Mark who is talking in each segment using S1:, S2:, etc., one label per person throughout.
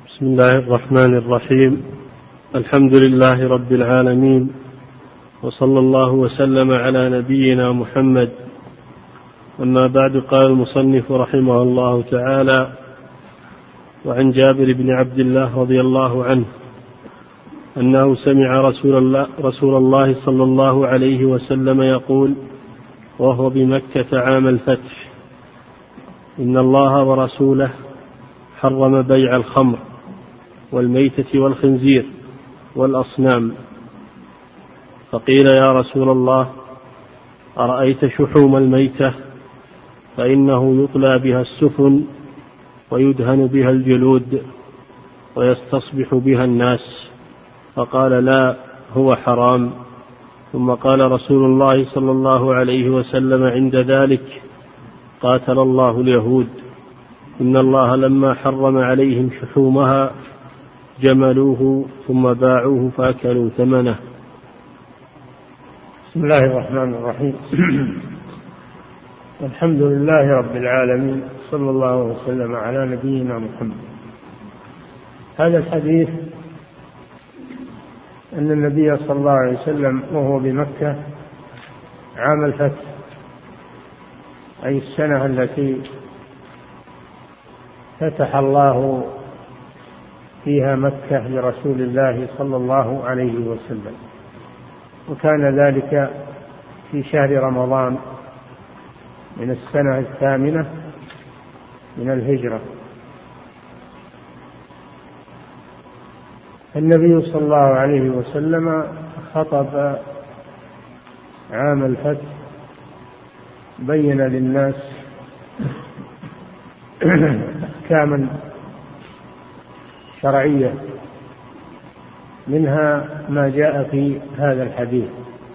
S1: بسم الله الرحمن الرحيم. الحمد لله رب العالمين، وصلى الله وسلم على نبينا محمد. أما بعد، قال المصنف رحمه الله تعالى: وعن جابر بن عبد الله رضي الله عنه أنه سمع رسول الله صلى الله عليه وسلم يقول وهو بمكة عام الفتح: إن الله ورسوله حرم بيع الخمر والميتة والخنزير والأصنام. فقيل: يا رسول الله، أرأيت شحوم الميتة؟ فإنه يطلى بها السفن ويدهن بها الجلود ويستصبح بها الناس. فقال: لا، هو حرام. ثم قال رسول الله صلى الله عليه وسلم عند ذلك: قاتل الله اليهود، إن الله لما حرم عليهم شحومها جملوه ثم باعوه فأكلوا ثمنه.
S2: بسم الله الرحمن الرحيم. الحمد لله رب العالمين، صلى الله وسلم على نبينا محمد. هذا الحديث أن النبي صلى الله عليه وسلم وهو بمكة عام الفتح، أي السنة التي فتح الله فيها مكة لرسول الله صلى الله عليه وسلم، وكان ذلك في شهر رمضان من السنة 8 من الهجرة. النبي صلى الله عليه وسلم خطب عام الفتح، بين للناس أحكاما شرعية، منها ما جاء في هذا الحديث: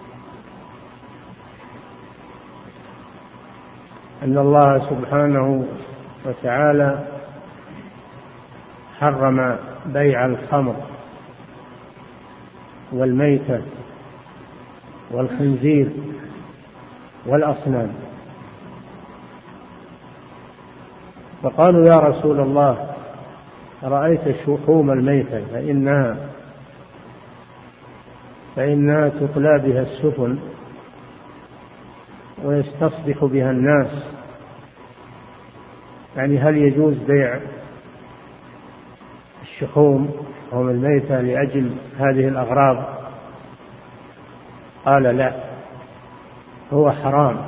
S2: أن الله سبحانه وتعالى حرم بيع الخمر والميتة والخنزير والأصنام. فقالوا: يا رسول الله، رأيت شحوم الميتة؟ فإنها تطلى بها السفن ويستصبح بها الناس، يعني هل يجوز بيع الشحوم أو الميتة لأجل هذه الأغراض؟ قال: لا، هو حرام.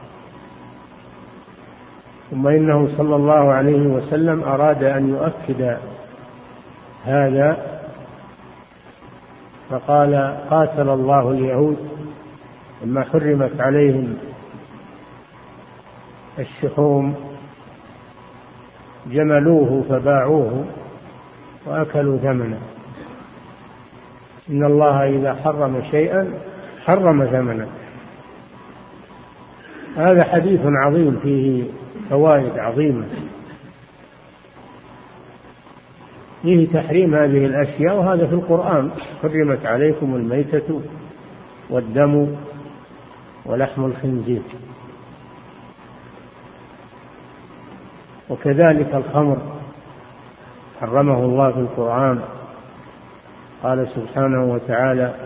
S2: ثم إنه صلى الله عليه وسلم أراد أن يؤكد هذا، فقال: قاتل الله اليهود، لما حرمت عليهم الشحوم جملوه فباعوه وأكلوا ثمنه. إن الله إذا حرم شيئا حرم ثمنه. هذا حديث عظيم فيه فوائد عظيمة، فيه تحريم هذه الأشياء، وهذا في القرآن: حرمت عليكم الميتة والدم ولحم الخنزير. وكذلك الخمر حرمه الله في القرآن، قال سبحانه وتعالى: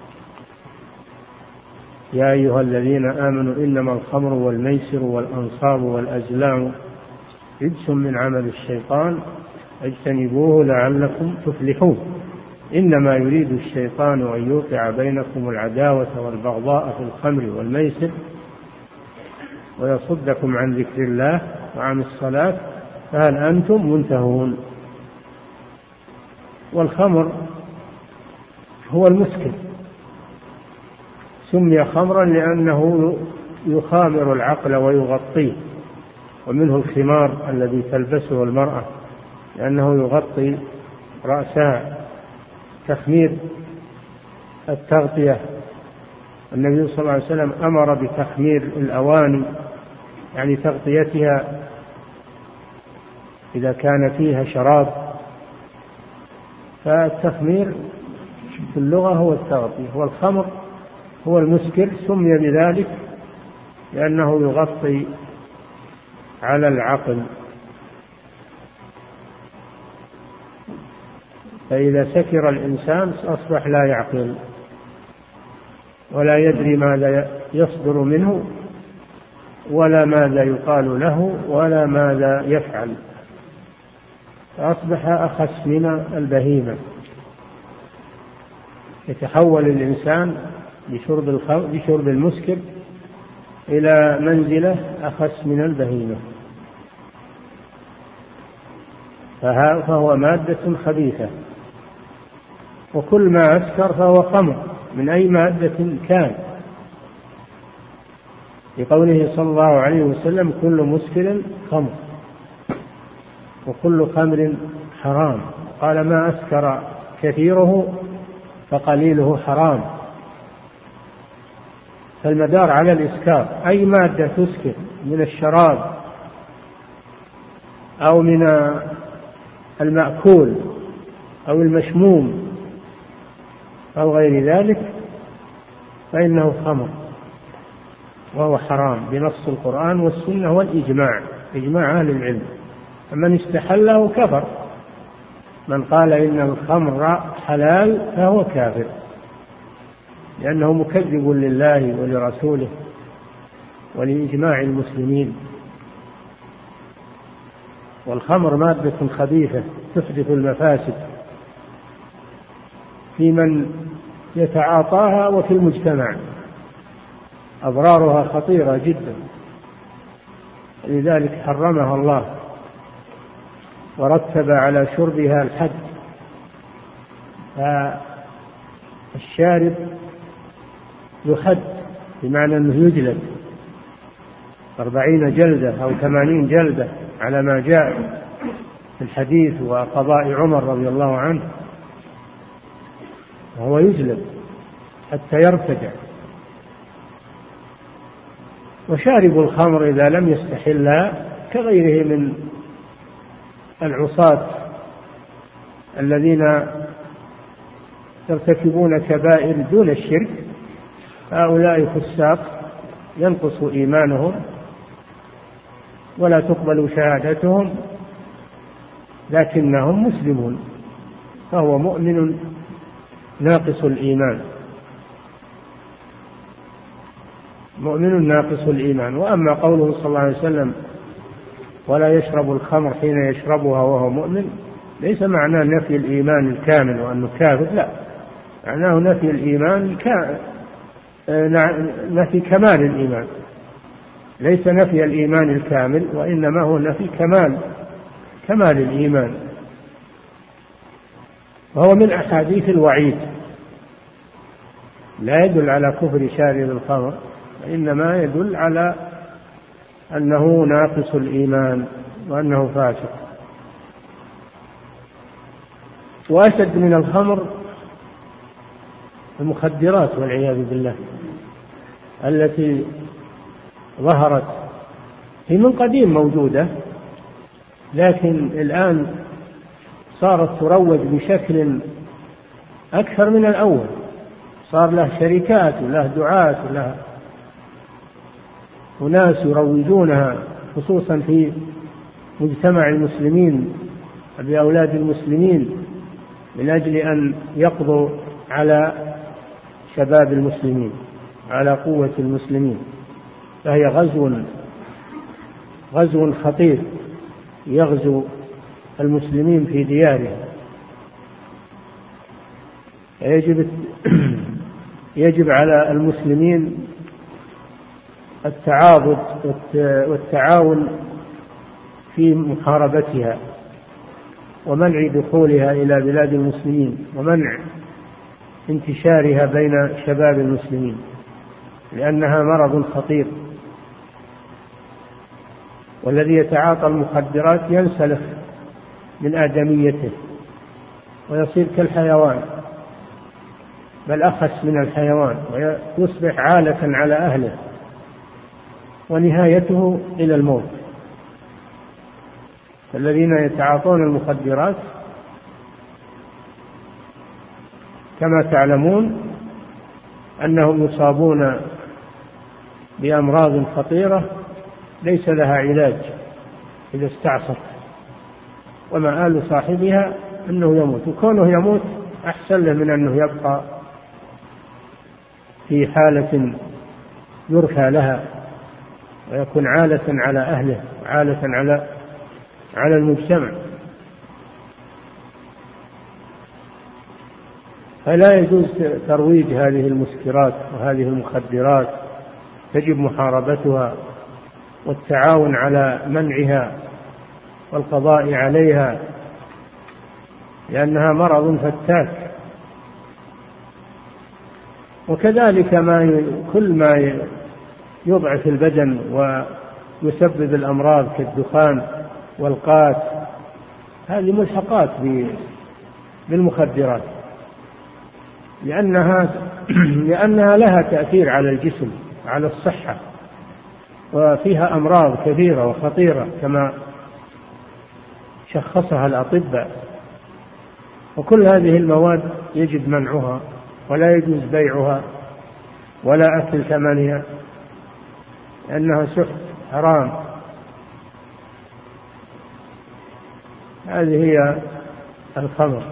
S2: يا أيها الذين آمنوا إنما الخمر والميسر والأنصاب والأزلام رجس من عمل الشيطان فاجتنبوه لعلكم تفلحون. إنما يريد الشيطان أن يوقع بينكم العداوة والبغضاء في الخمر والميسر ويصدكم عن ذكر الله وعن الصلاة فهل أنتم منتهون. والخمر هو المسكر، سمي خمرا لأنه يخامر العقل ويغطيه، ومنه الخمار الذي تلبسه المرأة لأنه يغطي رأسها، تخمير التغطية. النبي صلى الله عليه وسلم أمر بتخمير الأواني، يعني تغطيتها إذا كان فيها شراب. فالتخمير في اللغة هو التغطية، والخمر هو المسكر، سمي بذلك لأنه يغطي على العقل. فإذا سكر الإنسان أصبح لا يعقل ولا يدري ماذا يصدر منه ولا ماذا يقال له ولا ماذا يفعل، فأصبح أخس من البهيمة. يتحول الإنسان بشرب المسكر إلى منزلة أخس من البهيمة، فهو مادة خبيثة. وكل ما أسكر فهو خمر من أي مادة كان، لقوله صلى الله عليه وسلم: كل مسكر خمر وكل خمر حرام. قال: ما أسكر كثيره فقليله حرام. فالمدار على الإسكار، أي مادة تسكر من الشراب أو من المأكول أو المشموم أو غير ذلك فإنه خمر وهو حرام بنص القرآن والسنة والإجماع، إجماع أهل العلم. فمن استحله كفر، من قال إن الخمر حلال فهو كافر، لأنه مكذب لله ولرسوله ولإجماع المسلمين. والخمر مادة خبيثة تحدث المفاسد في من يتعاطاها وفي المجتمع، أضرارها خطيرة جدا، لذلك حرمها الله ورتب على شربها الحد. فالشارب يحد بمعنى أنه يجلد 40 جلدة أو 80 جلدة على ما جاء في الحديث وقضاء عمر رضي الله عنه، وهو يجلد حتى يرتجع. وشارب الخمر إذا لم يستحلها كغيره من العصاة الذين يرتكبون كبائر دون الشرك، هؤلاء فساق ينقص إيمانهم ولا تقبل شهادتهم، لكنهم مسلمون، فهو مؤمن ناقص الإيمان، مؤمن ناقص الإيمان. وأما قوله صلى الله عليه وسلم: ولا يشرب الخمر حين يشربها وهو مؤمن، ليس معناه نفي الإيمان الكامل وأنه كافر، لا، معناه نفي الإيمان نفي كمال الإيمان، ليس نفي الإيمان الكامل، وإنما هو نفي كمال الإيمان. وهو من أحاديث الوعيد، لا يدل على كفر شارب الخمر، وإنما يدل على أنه ناقص الإيمان وأنه فاسق. وأشد من الخمر المخدرات والعياذ بالله، التي ظهرت هي من قديم موجودة، لكن الآن صارت تروج بشكل أكثر من الأول، صار له شركات وله دعاة وله وناس يروجونها، خصوصا في مجتمع المسلمين بأولاد المسلمين، من أجل أن يقضوا على شباب المسلمين، على قوة المسلمين. فهي غزو خطير يغزو المسلمين في ديارهم. يجب على المسلمين التعاضد والتعاون في محاربتها ومنع دخولها إلى بلاد المسلمين ومنع انتشارها بين شباب المسلمين، لأنها مرض خطير. والذي يتعاطى المخدرات ينسلخ من آدميته ويصير كالحيوان، بل أخس من الحيوان، ويصبح عالة على أهله، ونهايته إلى الموت. الذين يتعاطون المخدرات كما تعلمون أنهم يصابون بأمراض خطيرة ليس لها علاج إذا استعصت، ومآل صاحبها أنه يموت، وكونه يموت أحسن له من أنه يبقى في حالة يرثى لها ويكون عالة على أهله وعالة على المجتمع. فلا يجوز ترويج هذه المسكرات وهذه المخدرات، يجب محاربتها والتعاون على منعها والقضاء عليها، لأنها مرض فتاك. وكذلك كل ما يضعف البدن ويسبب الأمراض كالدخان والقات، هذه ملحقات بالمخدرات، لأنها لها تأثير على الجسم على الصحة، وفيها أمراض كثيرة وخطيرة كما شخصها الأطباء. وكل هذه المواد يجب منعها، ولا يجوز بيعها ولا أكل ثمنها، لأنها سحت حرام. هذه هي الخمر.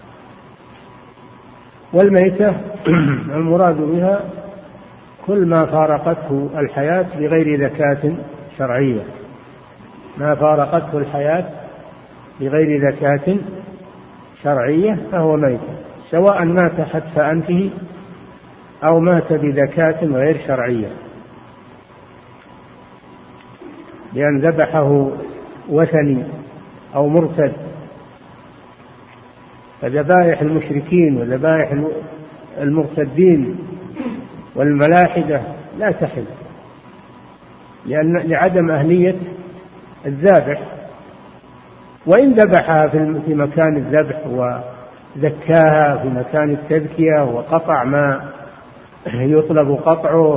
S2: والميتة المراد بها كل ما فارقته الحياة بغير ذكاة شرعية، ما فارقته الحياة بغير ذكاة شرعية فهو ميت، سواء مات حتف أنفه أو مات بذكاة غير شرعية، بأن ذبحه وثني أو مرتد. فذبائح المشركين وذبائح المرتدين والملاحدة لا تحل، لعدم أهلية الذابح. وإن ذبحها في مكان الذبح وذكاها في مكان التذكية وقطع ما يطلب قطعه،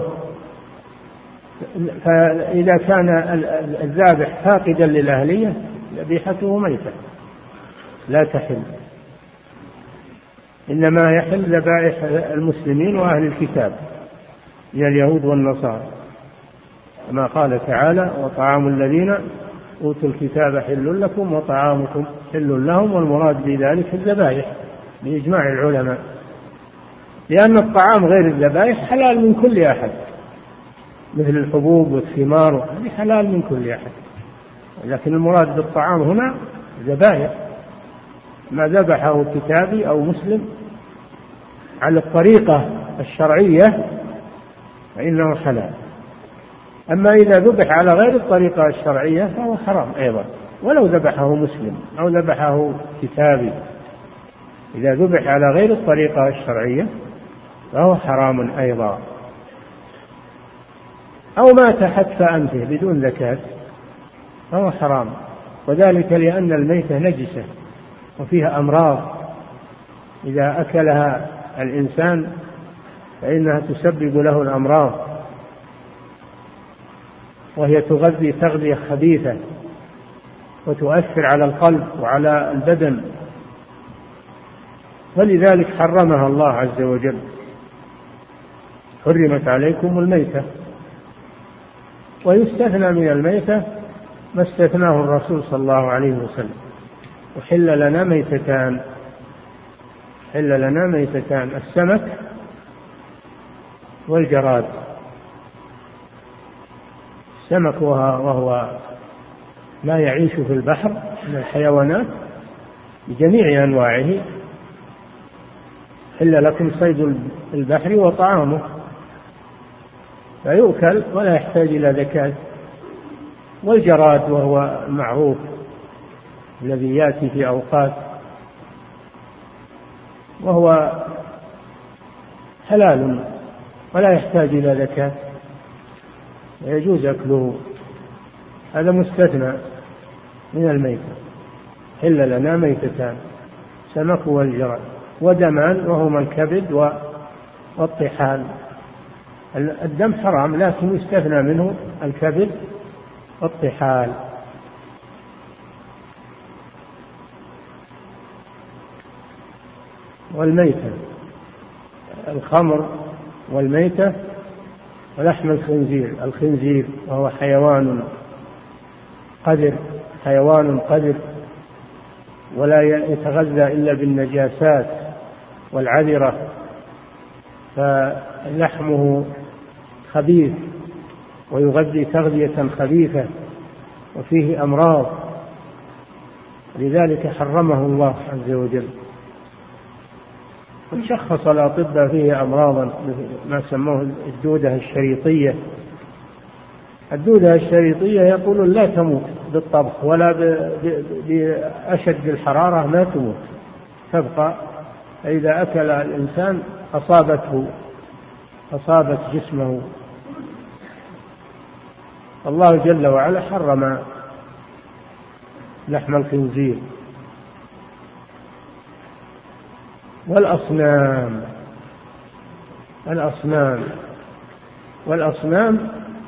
S2: فإذا كان الذابح فاقدا للأهلية ذبيحته ميتة لا تحل. إنما يحل ذبائح المسلمين وأهل الكتاب من اليهود والنصارى، كما قال تعالى: وطعام الذين أوتوا الكتاب حل لكم وطعامكم حل لهم، والمراد بذلك الذبائح بإجماع العلماء، لأن الطعام غير الذبائح حلال من كل أحد، مثل الحبوب والثمار، هذه حلال من كل أحد. لكن المراد بالطعام هنا ذبائح، ما ذبحه كتابي أو مسلم على الطريقة الشرعية فإنه حلال. أما إذا ذبح على غير الطريقة الشرعية فهو حرام أيضا، ولو ذبحه مسلم أو ذبحه كتابي. إذا ذبح على غير الطريقة الشرعية فهو حرام أيضا. أو مات حتف أنفه بدون زكاة فهو حرام، وذلك لأن الميتة نجسة وفيها أمراض، إذا أكلها الإنسان فإنها تسبب له الأمراض، وهي تغذي تغذية خبيثة وتؤثر على القلب وعلى البدن، ولذلك حرمها الله عز وجل: حرمت عليكم الميتة. ويستثنى من الميتة ما استثناه الرسول صلى الله عليه وسلم: وحل لنا ميتتان، حل لنا ميتتان: السمك والجراد. السمك وهو ما يعيش في البحر من الحيوانات بجميع أنواعه، حل لكم صيد البحر وطعامه، فيؤكل ولا يحتاج إلى زكاة. والجراد وهو المعروف الذي يأتي في أوقات، وهو حلال ولا يحتاج إلى زكاة ويجوز أكله، هذا مستثنى من الميتة. حل لنا ميتتان: سمك والجراد. ودمان وهما الكبد والطحال. الدم حرام لكن يستثنى منه الكبد والطحال. والميتة الخمر والميتة ولحم الخنزير. الخنزير وهو حيوان قذر ولا يتغذى إلا بالنجاسات والعذرة، فلحمه خبيث ويغذي تغذية خبيثة وفيه أمراض، لذلك حرمه الله عز وجل. وشخص الأطباء فيه أمراضا ما سموه الدودة الشريطية. الدودة الشريطية يقولون لا تموت بالطبخ ولا بأشد الحرارة، ما تموت، تبقى إذا أكل الإنسان أصابت جسمه. الله جل وعلا حرم لحم الخنزير. والأصنام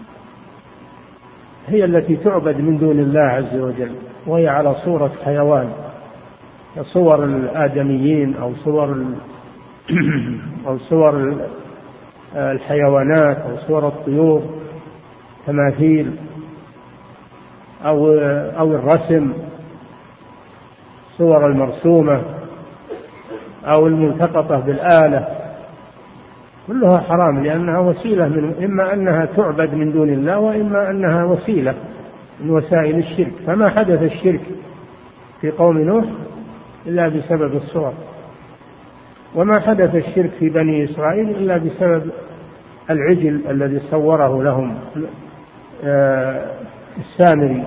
S2: هي التي تعبد من دون الله عز وجل، وهي على صورة حيوان كصور الآدميين أو صور الحيوانات أو صور الطيور، تماثيل أو الرسم، صور المرسومة أو الملتقطة بالآلة، كلها حرام، لأنها وسيلة إما أنها تعبد من دون الله، وإما أنها وسيلة من وسائل الشرك. فما حدث الشرك في قوم نوح إلا بسبب الصور، وما حدث الشرك في بني إسرائيل إلا بسبب العجل الذي صوره لهم السامري،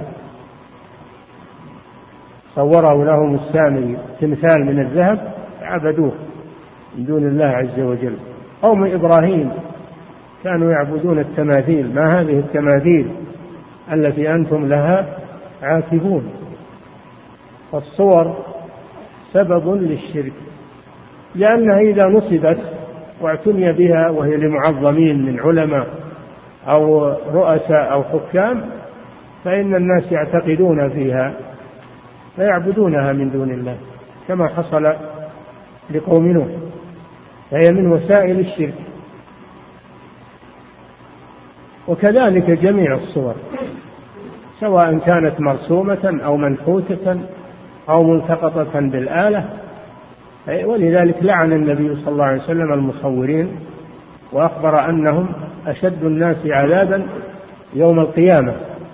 S2: تمثال من الذهب عبدوه من دون الله عز وجل. قوم إبراهيم كانوا يعبدون التماثيل، ما هذه التماثيل التي أنتم لها عاكفون. فالصور سبب للشرك، لأنها إذا نصبت واعتني بها وهي لمعظمين من علماء أو رؤساء أو حكام، فإن الناس يعتقدون فيها فيعبدونها من دون الله، كما حصل لقوم نوح، فهي من وسائل الشرك. وكذلك جميع الصور، سواء كانت مرسومة أو منحوتة أو ملتقطة بالآلة. ولذلك لعن النبي صلى الله عليه وسلم المصورين، وأخبر أنهم أشد الناس عذابا يوم القيامة،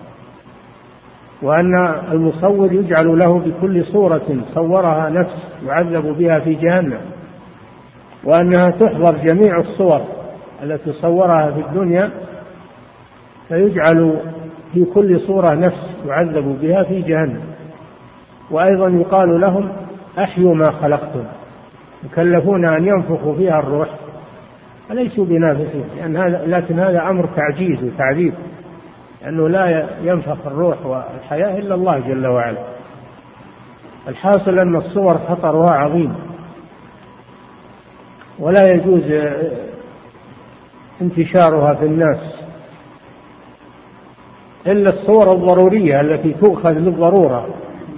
S2: وأن المصور يجعل له بكل صورة صورها نفس يعذب بها في جهنم، وأنها تحضر جميع الصور التي صورها في الدنيا فيجعل في كل صورة نفس يعذب بها في جهنم. وأيضا يقال لهم أحيوا ما خلقتم، يكلفون أن ينفخوا فيها الروح فليسوا بنافخين، لكن هذا أمر تعجيز وتعذيب، لأنه لا ينفخ الروح والحياة إلا الله جل وعلا. الحاصل أن الصور خطرها عظيم، ولا يجوز انتشارها في الناس إلا الصور الضرورية التي تؤخذ للضرورة،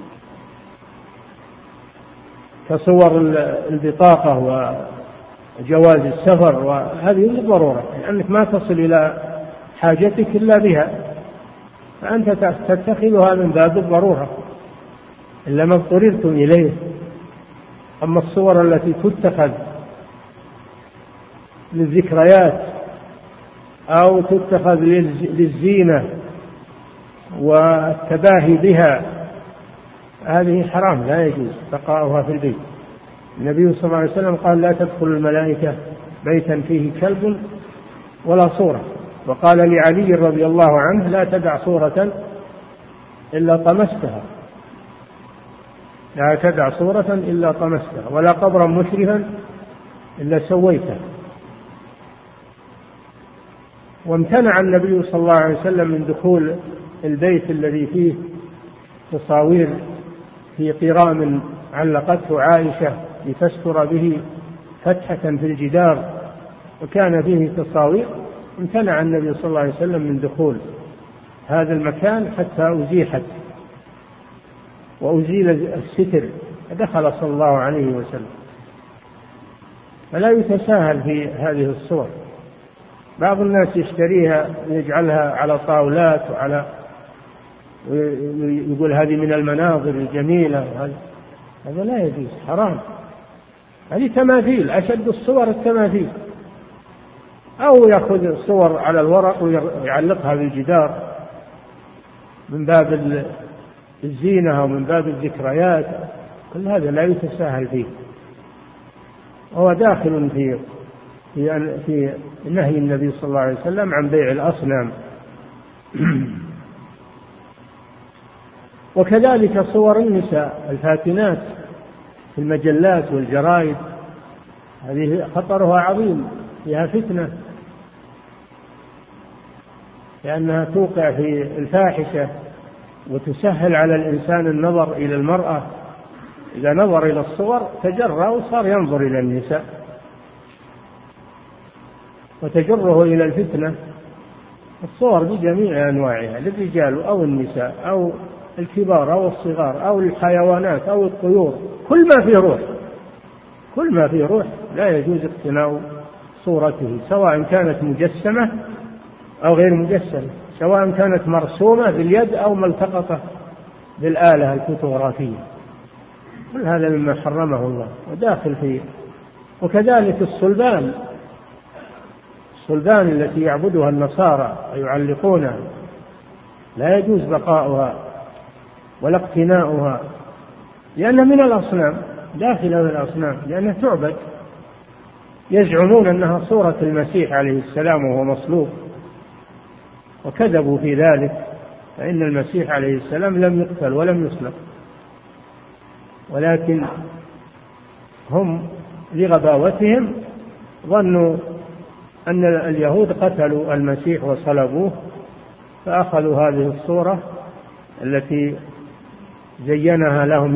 S2: كصور البطاقة وجواز السفر، وهذه للضرورة، لأنك ما تصل إلى حاجتك إلا بها، فأنت تتخذها من باب الضرورة إلا ما اضطررتم إليه. أما الصور التي تتخذ للذكريات أو تتخذ للزينة والتباهي بها، هذه حرام، لا يجوز بقاؤها في البيت. النبي صلى الله عليه وسلم قال: لا تدخل الملائكة بيتا فيه كلب ولا صورة. وقال لعلي رضي الله عنه: لا تدع صورة إلا طمستها، لا تدع صورة إلا طمستها، ولا قبرا مشرفا إلا سويته. وامتنع النبي صلى الله عليه وسلم من دخول البيت الذي فيه تصاوير في قرام علقته عائشة لتستر به فتحة في الجدار وكان فيه تصاوير. امتنع النبي صلى الله عليه وسلم من دخول هذا المكان حتى أزيحت وأزيل الستر، فدخل صلى الله عليه وسلم. فلا يتساهل في هذه الصور. بعض الناس يشتريها ويجعلها على طاولات ويقول هذه من المناظر الجميلة، هذا لا يجوز، حرام. هذه تماثيل، أشد الصور التماثيل، أو يأخذ صور على الورق ويعلقها بالجدار من باب الزينة ومن باب الذكريات، كل هذا لا يتساهل فيه، وهو داخل في نهي النبي صلى الله عليه وسلم عن بيع الأصنام. وكذلك صور النساء الفاتنات في المجلات والجرائد، هذه خطرها عظيم، فيها فتنة، لأنها توقع في الفاحشة وتسهل على الإنسان النظر إلى المرأة. إذا نظر إلى الصور تجرأ وصار ينظر إلى النساء وتجره إلى الفتنة. الصور بجميع أنواعها، للرجال أو النساء أو الكبار أو الصغار أو الحيوانات أو الطيور، كل ما فيه روح لا يجوز اقتناء صورته، سواء كانت مجسمة أو غير مجسمة، سواء كانت مرسومة باليد أو ملتقطة بالآلة الفوتوغرافية، كل هذا مما حرمه الله وداخل فيه. وكذلك الصلبان التي يعبدها النصارى ويعلقونها، لا يجوز بقاؤها ولا اقتناؤها، لأنها من الأصنام، داخلة في الأصنام، لأنها تعبد. يزعمون أنها صورة المسيح عليه السلام وهو مصلوب، وكذبوا في ذلك، فإن المسيح عليه السلام لم يقتل ولم يصلب، ولكن هم لغباوتهم ظنوا أن اليهود قتلوا المسيح وصلبوه، فأخذوا هذه الصورة التي زينها لهم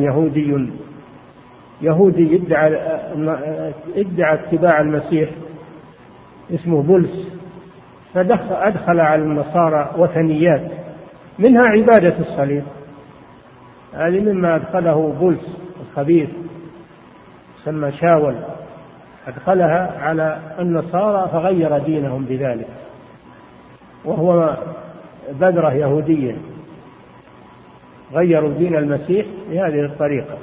S2: يهودي ادعى اتباع المسيح اسمه بولس، فأدخل على النصارى وثنيات، منها عبادة الصليب. هذه مما أدخله بولس الخبيث سمى شاول، أدخلها على النصارى فغير دينهم بذلك، وهو بذرة يهودية، غيروا دين المسيح بهذه الطريقة.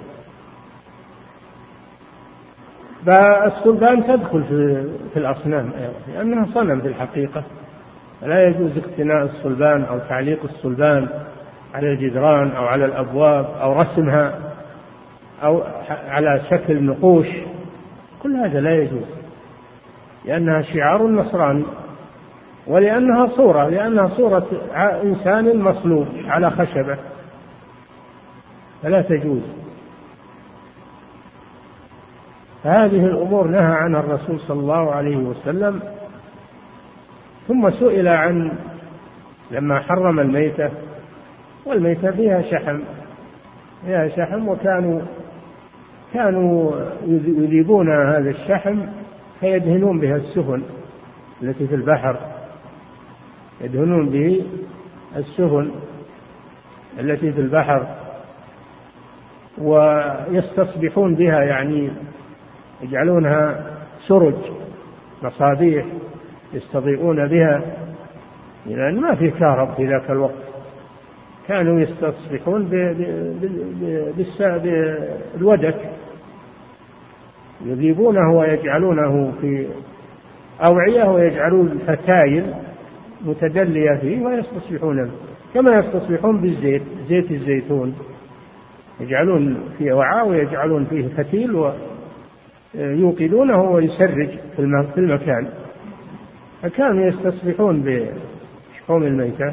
S2: فالصلبان تدخل في الأصنام لأنها صنم في الحقيقة، لا يجوز اقتناء الصلبان أو تعليق الصلبان على الجدران أو على الأبواب أو رسمها أو على شكل نقوش، كل هذا لا يجوز، لأنها شعار النصراني، ولأنها صورة إنسان مصلوب على خشبة، فلا تجوز. فهذه الأمور نهى عنها الرسول صلى الله عليه وسلم. ثم سئل عن لما حرم الميتة، والميتة فيها شحم، وكانوا يذيبون هذا الشحم فيدهنون بها السفن التي في البحر، يدهنون به السفن التي في البحر ويستصبحون بها، يعني يجعلونها سرج، مصابيح يستضيئون بها، لأن ما في كهرب في ذاك الوقت. كانوا يستصبحون بالودك، يذيبونه ويجعلونه في أوعية ويجعلون فتايل متدلية فيه ويستصبحون كما يستصبحون بالزيت، زيت الزيتون، يجعلون في وعاء ويجعلون فيه فتيل ويوقدونه ويسرج في المكان. فكانوا يستصبحون بشحوم الميتة.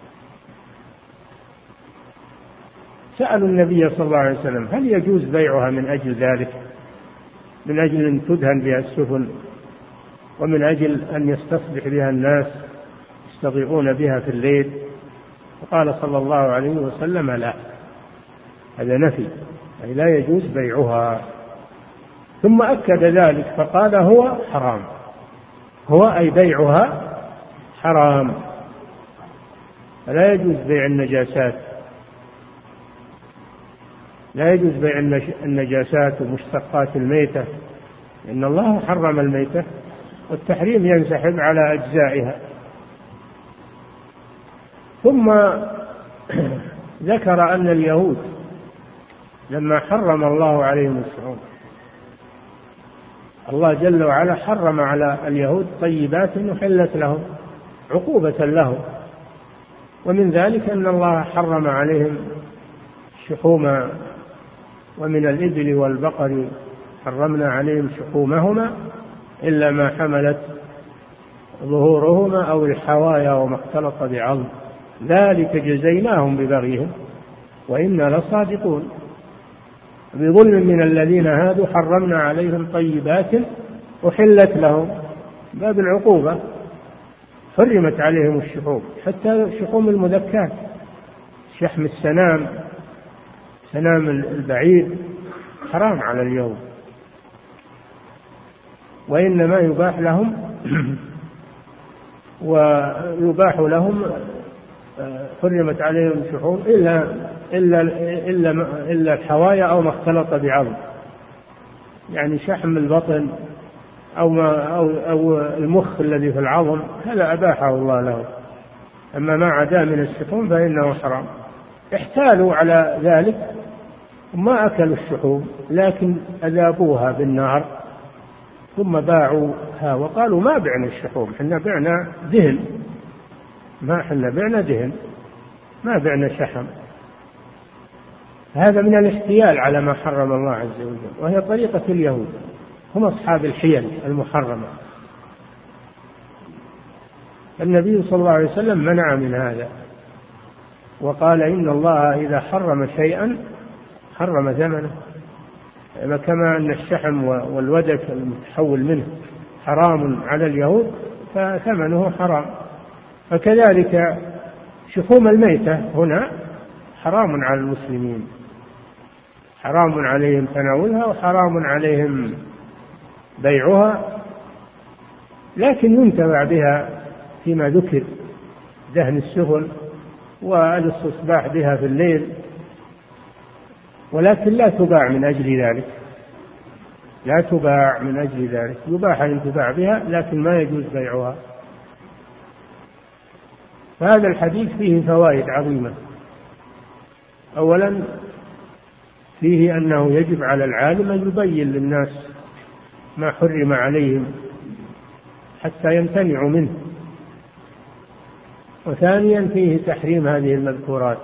S2: سألوا النبي صلى الله عليه وسلم هل يجوز بيعها من أجل ذلك، من أجل أن تدهن بها السفن ومن أجل أن يستصبح بها الناس يستضيئون بها في الليل؟ فقال صلى الله عليه وسلم لا، هذا نفي، أي لا يجوز بيعها. ثم أكد ذلك فقال هو حرام، هو أي بيعها حرام، فلا يجوز بيع النجاسات، لا يجوز بيع النجاسات ومشتقات الميتة، إن الله حرم الميتة والتحريم ينسحب على أجزائها. ثم ذكر أن اليهود لما حرم الله عليهم الشحوم. الله جل وعلا حرم على اليهود طيبات أحلت لهم عقوبة لهم، ومن ذلك أن الله حرم عليهم الشحوم، ومن الإبل والبقر حرمنا عليهم شحومهما إلا ما حملت ظهورهما أو الحوايا وما اختلط بعظم، ذلك جزيناهم ببغيهم وإنا لصادقون. بظلم من الذين هادوا حرمنا عليهم طيبات أحلت لهم، باب العقوبة. حرمت عليهم الشحوم، حتى شحوم المذكات، شحم السنام، سنام البعير حرام على اليوم، وإنما يباح لهم ويباح لهم حرمت عليهم الشحوم إلا الحوايا أو ما اختلط بعظم، يعني شحم البطن أو المخ الذي في العظم، هذا أباحه الله له. أما ما عدا من الشحوم فإنه حرام. احتالوا على ذلك وما أكلوا الشحوم، لكن أذابوها بالنار ثم باعوها وقالوا ما بعنا الشحوم، حنا بعنا دهن، ما حنا بعنا دهن، ما بعنا شحم. هذا من الاحتيال على ما حرم الله عز وجل، وهي طريقة اليهود، هم أصحاب الحيل المحرمة. النبي صلى الله عليه وسلم منع من هذا وقال إن الله إذا حرم شيئا حرم ثمنه، كما أن الشحم والودك المتحول منه حرام على اليهود فثمنه حرام، فكذلك شحوم الميتة هنا حرام على المسلمين، حرام عليهم تناولها وحرام عليهم بيعها، لكن ينتفع بها فيما ذكر، دهن السفن والاستصباح بها في الليل، ولكن لا تباع من أجل ذلك، لا تباع من أجل ذلك، يباح الانتفاع بها لكن ما يجوز بيعها. فهذا الحديث فيه فوائد عظيمة. أولا فيه أنه يجب على العالم أن يبين للناس ما حرم عليهم حتى يمتنعوا منه. وثانيا فيه تحريم هذه المذكورات،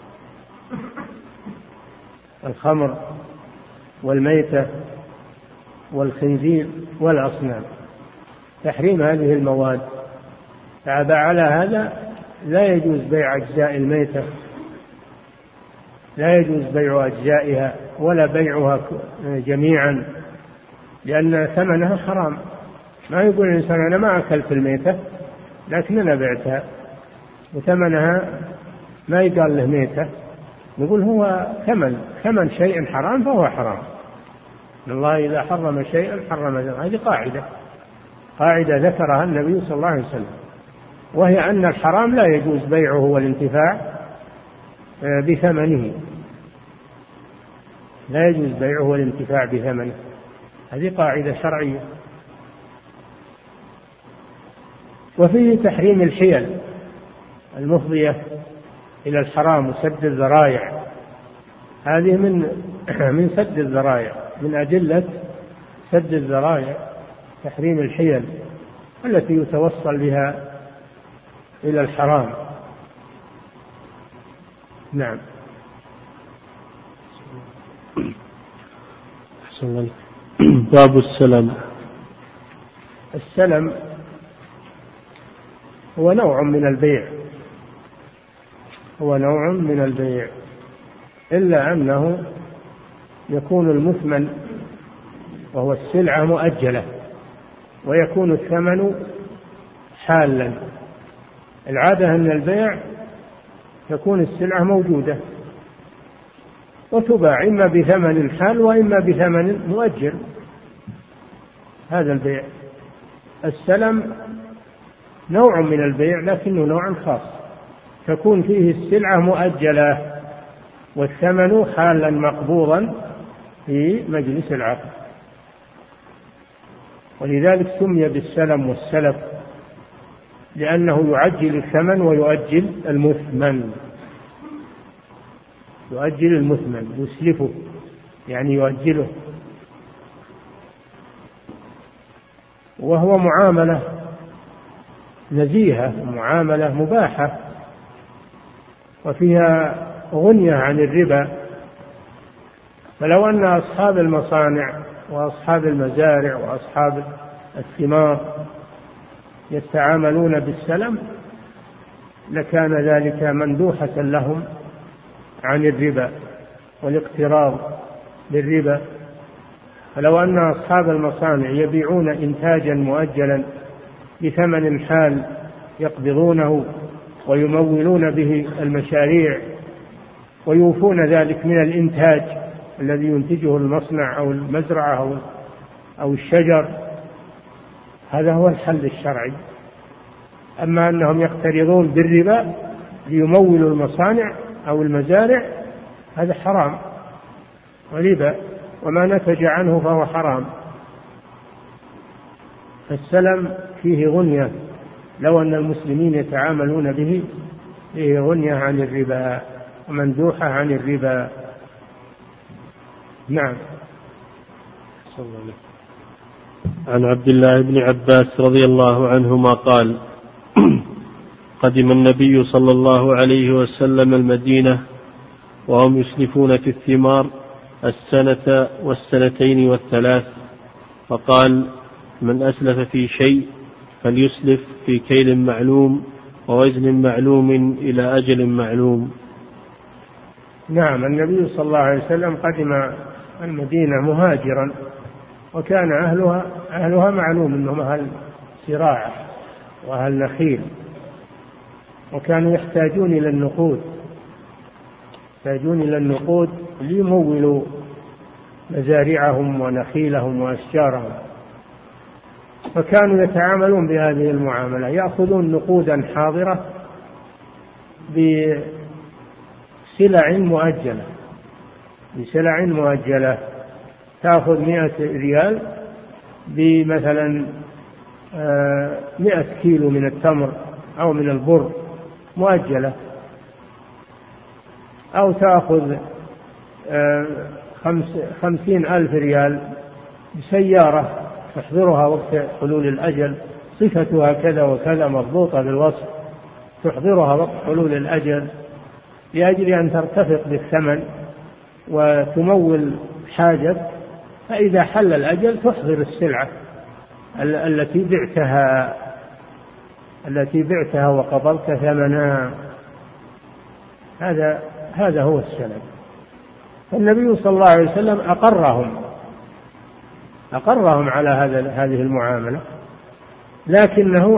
S2: الخمر والميتة والخنزير والأصنام، تحريم هذه المواد. فعلى هذا لا يجوز بيع أجزاء الميتة، لا يجوز بيع أجزائها ولا بيعها جميعا، لأن ثمنها حرام. ما يقول الإنسان أنا ما أكلت الميتة لكن أنا بعتها وثمنها ما يقال له ميتة، نقول هو ثمن شيء حرام فهو حرام. الله إذا حرم شيئا حرم ذنبه. هذه قاعدة ذكرها النبي صلى الله عليه وسلم، وهي أن الحرام لا يجوز بيعه والانتفاع بثمنه، لا يجوز بيعه والانتفاع بثمنه، هذه قاعدة شرعية. وفيه تحريم الحيل المفضية إلى الحرام وسد الذرائع، هذه من سد الذرائع، من أدلة سد الذرائع تحريم الحيل التي يتوصل بها إلى الحرام. نعم.
S1: باب السلم.
S2: السلم هو نوع من البيع، هو نوع من البيع، إلا أنه يكون المثمن وهو السلعة مؤجلة، ويكون الثمن حالا. العادة أن البيع تكون السلعة موجودة وتباع إما بثمن حال وإما بثمن مؤجل، هذا البيع. السلم نوع من البيع لكنه نوع خاص، تكون فيه السلعة مؤجلة والثمن حالا مقبوضا في مجلس العقد، ولذلك سمي بالسلم والسلف، لأنه يعجل الثمن ويؤجل المثمن، يؤجل المثمن يسلفه يعني يؤجله، وهو معاملة نزيهة، معاملة مباحة، وفيها غنية عن الربا. فلو أن أصحاب المصانع وأصحاب المزارع وأصحاب الثمار يتعاملون بالسلم لكان ذلك مندوحة لهم عن الربا والاقتراض بالربا. فلو أن أصحاب المصانع يبيعون إنتاجا مؤجلا بثمن حال يقبضونه ويمولون به المشاريع ويوفون ذلك من الإنتاج الذي ينتجه المصنع أو المزرعة أو الشجر، هذا هو الحل الشرعي. أما أنهم يقترضون بالربا ليمولوا المصانع أو المزارع هذا حرام وربا، وما نتج عنه فهو حرام. فالسلم فيه غنية، لو أن المسلمين يتعاملون به فيه غنية عن الربا ومندوحة عن الربا. نعم.
S1: عن عبد الله بن عباس رضي الله عنهما قال: قدم النبي صلى الله عليه وسلم المدينة وهم يسلفون في الثمار السنة والسنتين والثلاث، فقال: من أسلف في شيء فليسلف في كيل معلوم ووزن معلوم إلى أجل معلوم.
S2: نعم، النبي صلى الله عليه وسلم قدم المدينة مهاجرا، وكان أهلها معلوم أنهم أهل زراعة وأهل نخيل، وكانوا يحتاجون إلى النقود ليمولوا مزارعهم ونخيلهم وأشجارهم، فكانوا يتعاملون بهذه المعاملة، يأخذون نقودا حاضرة بسلع مؤجلة، تأخذ 100 ريال بمثلا 100 كيلو من التمر أو من البر مؤجلة، أو تأخذ 50,000 ريال بسيارة تحضرها وقت حلول الأجل، صفتها كذا وكذا مضبوطة بالوصف، تحضرها وقت حلول الأجل لأجل أن ترتفق بالثمن وتمول حاجة، فإذا حل الأجل تحضر السلعة التي بعتها وقبضت ثمنها. هذا هو السلم. فالنبي صلى الله عليه وسلم أقرهم على هذه المعاملة، لكنه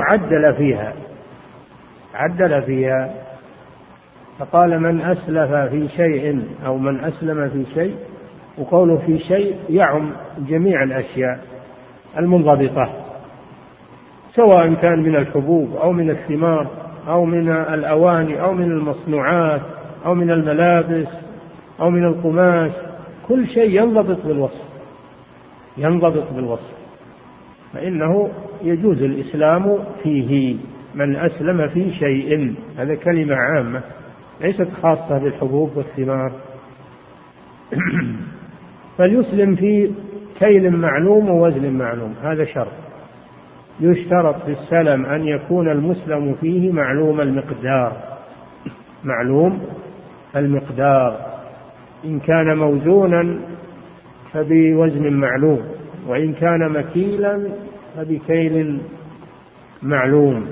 S2: عدل فيها فقال: من أسلف في شيء أو من أسلم في شيء، وقوله في شيء يعم جميع الأشياء المنضبطة، سواء كان من الحبوب أو من الثمار أو من الأواني أو من المصنوعات أو من الملابس أو من القماش، كل شيء ينضبط بالوصف، فإنه يجوز الإسلام فيه. من أسلم في شيء، هذا كلمة عامة ليست خاصة بالحبوب والثمار. فليسلم في كيل معلوم ووزن معلوم، هذا شرط. يشترط في السلم أن يكون المسلم فيه معلوم المقدار، إن كان موزونا فبوزن معلوم، وإن كان مكيلا فبكيل معلوم.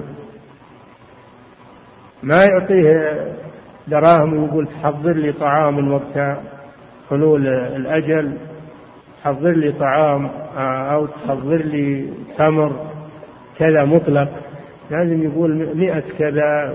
S2: ما يعطيه دراهم ويقول تحضر لي طعام وقت حلول الأجل، تحضر لي طعام أو تحضر لي تمر كذا مطلق، لازم يقول 100 كذا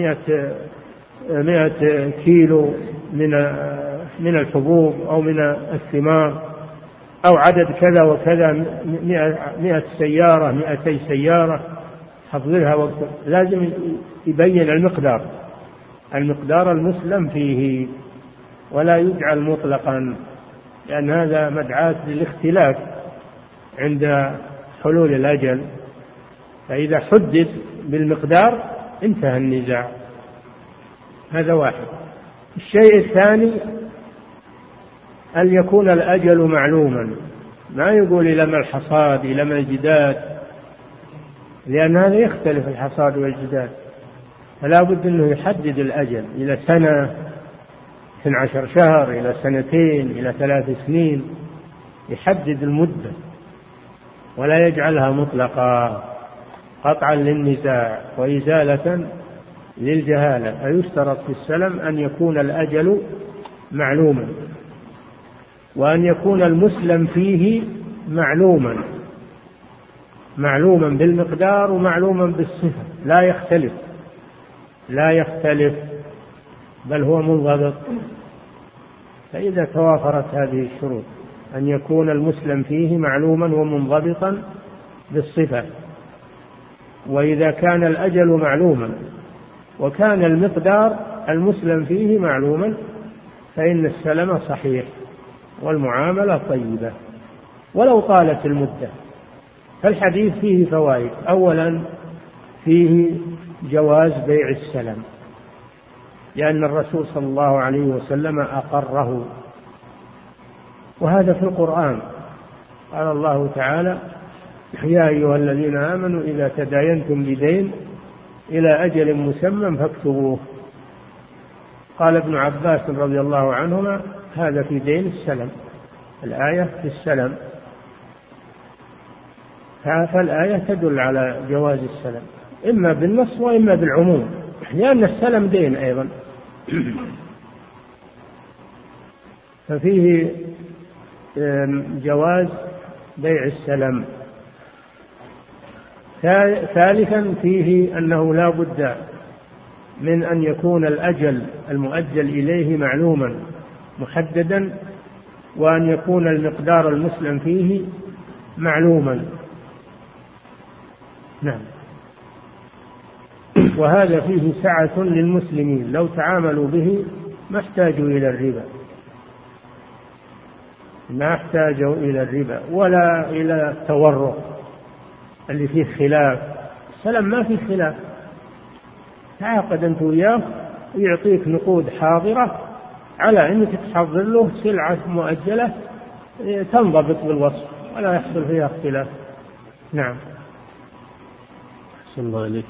S2: 100 كيلو من الحبوب أو من الثمار، أو عدد كذا وكذا 100 سيارة 200 سيارة حضرها وقت. لازم يبين المقدار المسلم فيه، ولا يجعل مطلقا، لأن هذا مدعاة للاختلاف عند حلول الأجل. فإذا حدد بالمقدار انتهى النزاع. هذا واحد. الشيء الثاني أن يكون الأجل معلوما، ما يقول إلى ما الحصاد إلى ما الجداد، لأن هذا يختلف الحصاد والجداد، فلا بد أنه يحدد الأجل إلى سنة 12 شهر إلى 2 إلى 3 سنين، يحدد المدة ولا يجعلها مطلقة قطعا للنزاع وإزالة للجهالة. فيشترط في السلم أن يكون الأجل معلوما، وأن يكون المسلم فيه معلوما بالمقدار ومعلوما بالصفة، لا يختلف بل هو منضبط. فإذا توافرت هذه الشروط، أن يكون المسلم فيه معلوما ومنضبطا بالصفة، وإذا كان الأجل معلوما وكان المقدار المسلم فيه معلوما، فإن السلم صحيح والمعاملة طيبة ولو طالت المدة. فالحديث فيه فوائد. أولا فيه جواز بيع السلم، لأن الرسول صلى الله عليه وسلم أقره، وهذا في القرآن. قال الله تعالى: يا أيها الذين آمنوا إذا تداينتم بدين إلى أجل مسمى فاكتبوه. قال ابن عباس رضي الله عنهما: هذا في دين السلم، الآية في السلم، فالآية تدل على جواز السلم إما بالنص وإما بالعموم، لأن السلم دين أيضا. ففيه جواز بيع السلم. ثالثا فيه أنه لا بد من أن يكون الأجل المؤجل إليه معلوما محددا، وأن يكون المقدار المسلم فيه معلوما. نعم. وهذا فيه سعة للمسلمين، لو تعاملوا به ما احتاجوا إلى الربا ولا إلى التورق اللي فيه خلاف. السلم ما فيه خلاف، تعاقد أنت وياه ويعطيك نقود حاضرة على أنك تحضر له سلعة مؤجلة تنضبط بالوصف ولا يحصل فيها اختلاف. نعم.
S1: أحسن الله عليك.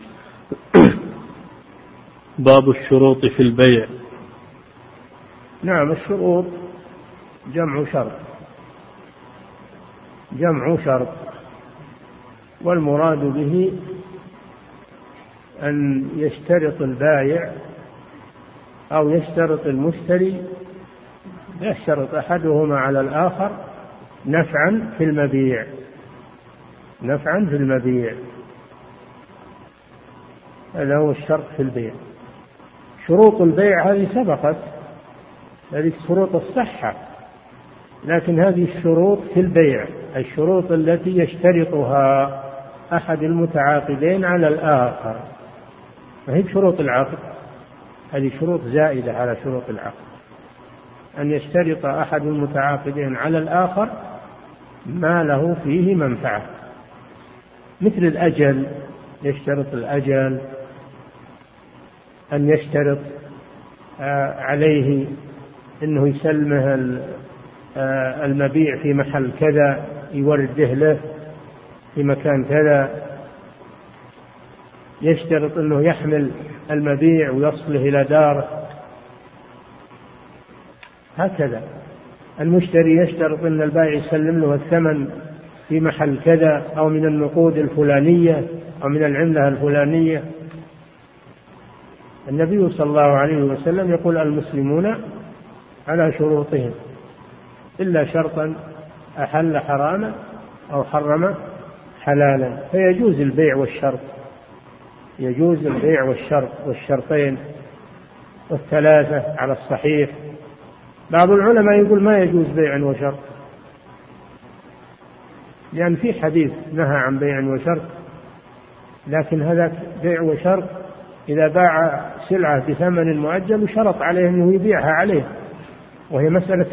S1: باب الشروط في البيع.
S2: نعم، الشروط جمع شرط، والمراد به أن يشترط البائع أو يشترط المشتري، يشترط أحدهما على الآخر نفعا في المبيع. هذا هو الشرط في البيع. شروط البيع هذه سبقت، هذه شروط الصحة، لكن هذه الشروط في البيع، الشروط التي يشترطها أحد المتعاقدين على الآخر، ما هي شروط العقد، هذه شروط زائدة على شروط العقد. أن يشترط أحد المتعاقدين على الآخر ما له فيه منفعة، مثل الأجل، يشترط الأجل، أن يشترط عليه أنه يسلمه المبيع في محل كذا، يورده له في مكان كذا، يشترط أنه يحمل المبيع ويصله إلى داره. هكذا المشتري يشترط أن البائع يسلم له الثمن في محل كذا، أو من النقود الفلانية، أو من العملة الفلانية. النبي صلى الله عليه وسلم يقول: المسلمون على شروطهم إلا شرطا أحل حراما أو حرم حلالا. فيجوز البيع والشرط، يجوز البيع والشرط والشرطين والثلاثة على الصحيح. بعض العلماء يقول ما يجوز بيع وشرط، لأن في حديث نهى عن بيع وشرط، لكن هذا بيع وشرط إذا باع سلعة بثمن مؤجل وشرط عليه أنه يبيعها عليه، وهي مسألة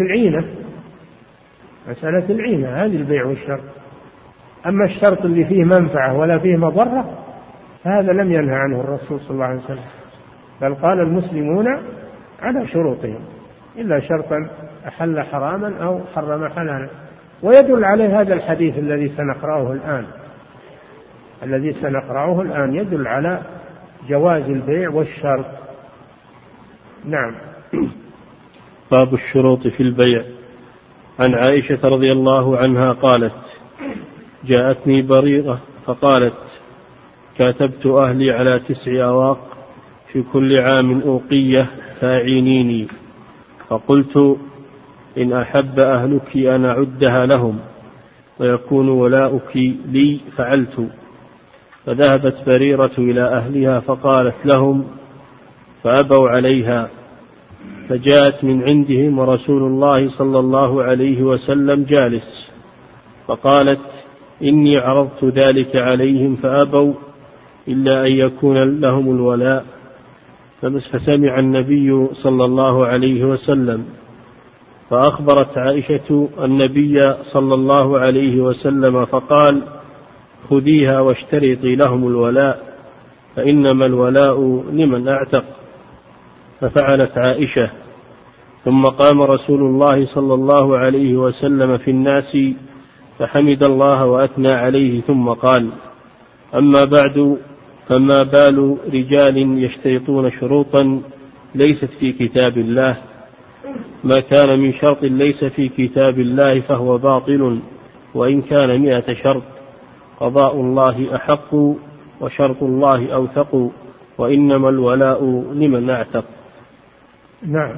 S2: العينة، هذه البيع والشرط. أما الشرط اللي فيه منفعة ولا فيه مضرة هذا لم ينهى عنه الرسول صلى الله عليه وسلم، بل قال: المسلمون على شروطهم إلا شرطا أحل حراما أو حرم حلالا. ويدل عليه هذا الحديث الذي سنقرأه الآن يدل على جواز البيع والشرط. نعم.
S1: باب الشروط في البيع. عن عائشة رضي الله عنها قالت: جاءتني بريرة فقالت: كاتبت أهلي على 9 أواق في كل عام أوقية فاعينيني. فقلت: إن أحب أهلك أن أعدها لهم ويكون ولاؤك لي فعلت. فذهبت بريرة إلى أهلها فقالت لهم فأبوا عليها، فجاءت من عندهم ورسول الله صلى الله عليه وسلم جالس، فقالت: إني عرضت ذلك عليهم فأبوا إلا أن يكون لهم الولاء. فسمع النبي صلى الله عليه وسلم، فأخبرت عائشة النبي صلى الله عليه وسلم فقال: خذيها واشترطي لهم الولاء، فإنما الولاء لمن أعتق. ففعلت عائشة. ثم قام رسول الله صلى الله عليه وسلم في الناس فحمد الله وأثنى عليه، ثم قال: أما بعد، فما بال رجال يشترطون شروطا ليست في كتاب الله؟ ما كان من شرط ليس في كتاب الله فهو باطل، وإن كان 100 شرط. قضاء الله أحق وشرط الله أوثق، وإنما الولاء لمن أعتق.
S2: نعم.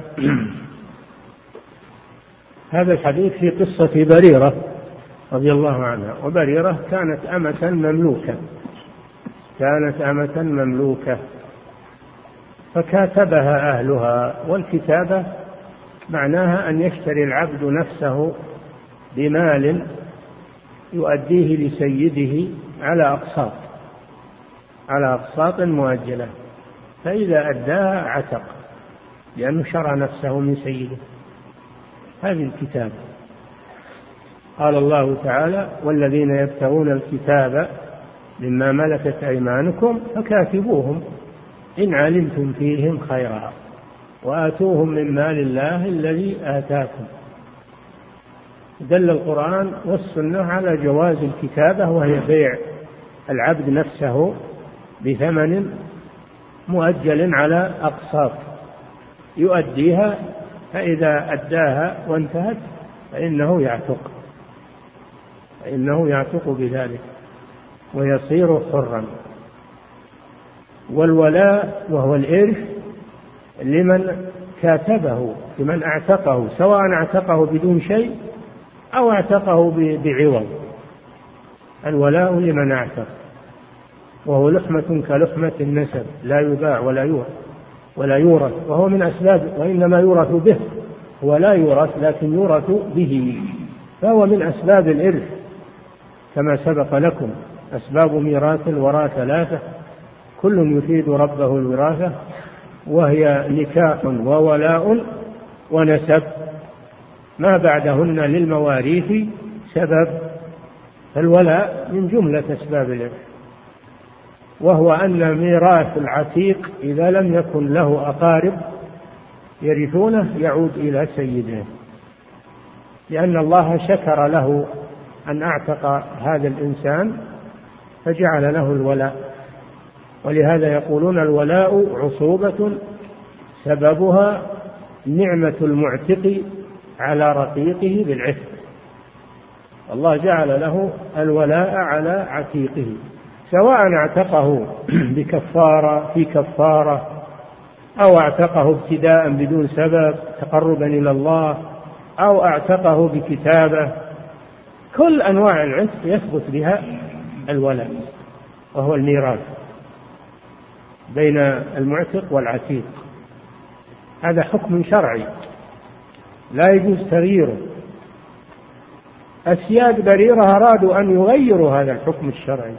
S2: هذا الحديث في قصة بريرة رضي الله عنها. وبريرة كانت أمة مملوكة فكاتبها أهلها. والكتابة معناها أن يشتري العبد نفسه بمال يؤديه لسيده على أقساط مؤجلة، فإذا أداها عتق لأنه شرى نفسه من سيده. هذه الكتابة. قال الله تعالى: والذين يبتغون الكتاب مما ملكت أيمانكم فكاتبوهم إن علمتم فيهم خيرا وآتوهم من مال الله الذي آتاكم. دل القرآن والسنة على جواز الكتابة، وهي بيع العبد نفسه بثمن مؤجل على أقساط يؤديها، فإذا أداها وانتهت فإنه يعتق بذلك ويصير حرا. والولاء وهو الإرث لمن كاتبه، لمن اعتقه، سواء اعتقه بدون شيء أو اعتقه بعوض. الولاء لمن اعتق، وهو لحمة كلحمة النسب، لا يباع ولا يورث، وهو من أسباب، وإنما يورث به، هو لا يورث لكن يورث به، فهو من أسباب الإرث كما سبق لكم. أسباب ميراث الوراء 3، كل يفيد ربه الوراثة، وهي نكاح وولاء ونسب، ما بعدهن للمواريث سبب. الولاء من جملة أسباب الإرث، وهو أن ميراث العتيق إذا لم يكن له أقارب يرثونه يعود إلى سيده، لأن الله شكر له أن أعتق هذا الإنسان فجعل له الولاء. ولهذا يقولون الولاء عصوبة سببها نعمة المعتق على رقيقه بالعتق. الله جعل له الولاء على عتيقه، سواء اعتقه في كفارة أو اعتقه ابتداء بدون سبب تقربا إلى الله، أو اعتقه بكتابة. كل أنواع العتق يثبت بها الولاء، وهو الميراث بين المعتق والعتيق. هذا حكم شرعي لا يجوز تغييره. أسياد بريرة أرادوا أن يغيروا هذا الحكم الشرعي،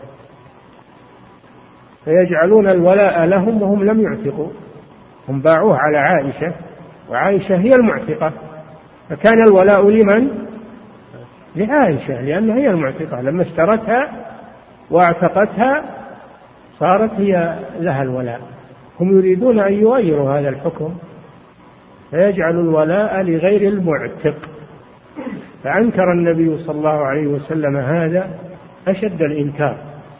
S2: فيجعلون الولاء لهم وهم لم يعتقوا. هم باعوه على عائشة، وعائشة هي المعتقة، فكان الولاء لمن؟ لعائشة، لأنها هي المعتقة. لما اشترتها واعتقتها صارت هي لها الولاء. هم يريدون أن يغيروا هذا الحكم فيجعل الولاء لغير المعتق. فأنكر النبي صلى الله عليه وسلم هذا أشد الإنكار،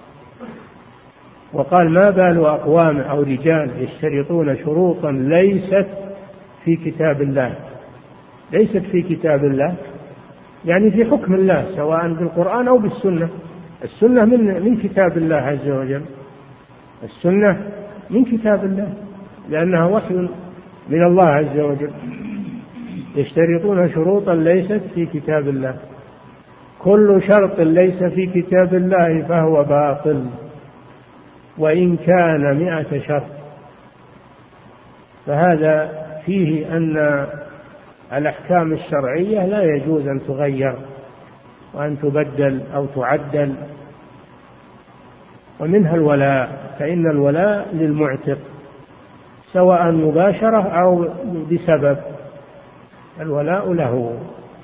S2: وقال: ما بال أقوام أو رجال يشترطون شروطا ليست في كتاب الله. ليست في كتاب الله يعني في حكم الله، سواء بالقرآن أو بالسنة. السنة من كتاب الله عز وجل، السنة من كتاب الله لأنها وحي من الله عز وجل. يشترطون شروطا ليست في كتاب الله. كل شرط ليس في كتاب الله فهو باطل وإن كان 100 شرط. فهذا فيه أن الأحكام الشرعية لا يجوز أن تغير وأن تبدل أو تعدل. ومنها الولاء، فإن الولاء للمعتق سواء مباشرة أو بسبب، الولاء له.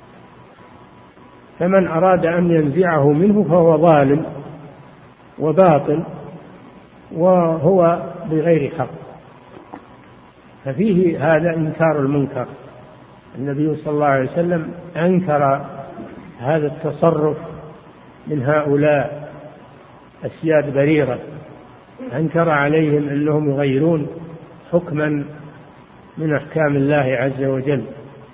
S2: فمن أراد أن ينزعه منه فهو ظالم وباطل وهو بغير حق. ففيه هذا إنكار المنكر. النبي صلى الله عليه وسلم أنكر هذا التصرف من هؤلاء أسياد بريرة، أنكر عليهم أنهم يغيرون حكما من أحكام الله عز وجل.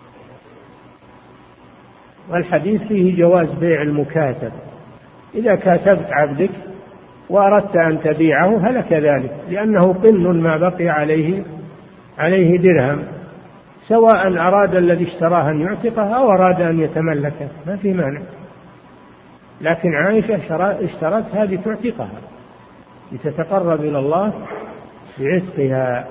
S2: والحديث فيه جواز بيع المكاتب. إذا كاتبت عبدك وأردت أن تبيعه هلك ذلك، لأنه قن ما بقي عليه درهم، سواء أراد الذي اشتراه أن يعتقه أو أراد أن يتملكه ما في مانع. لكن عائشة اشترت هذه تعتقها لتتقرب إلى الله بعتقها.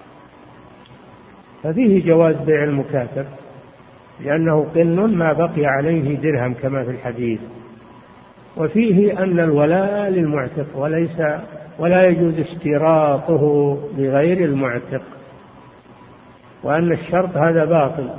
S2: ففيه جواز بيع المكاتب لأنه قن ما بقي عليه درهم كما في الحديث. وفيه أن الولاء للمعتق ولا يجوز اشتراطه لغير المعتق، وأن الشرط هذا باطل.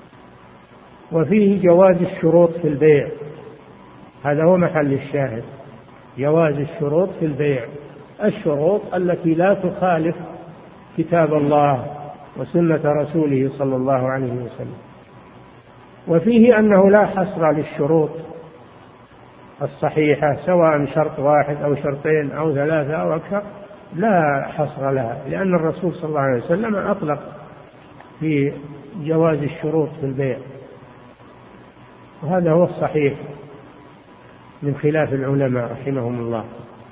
S2: وفيه جواز الشروط في البيع، هذا هو محل الشاهد، جواز الشروط في البيع، الشروط التي لا تخالف كتاب الله وسنة رسوله صلى الله عليه وسلم. وفيه أنه لا حصر للشروط الصحيحة، سواء شرط واحد أو شرطين أو 3 أو أكثر، لا حصر لها، لأن الرسول صلى الله عليه وسلم أطلق في جواز الشروط في البيع، وهذا هو الصحيح من خلاف العلماء رحمهم الله.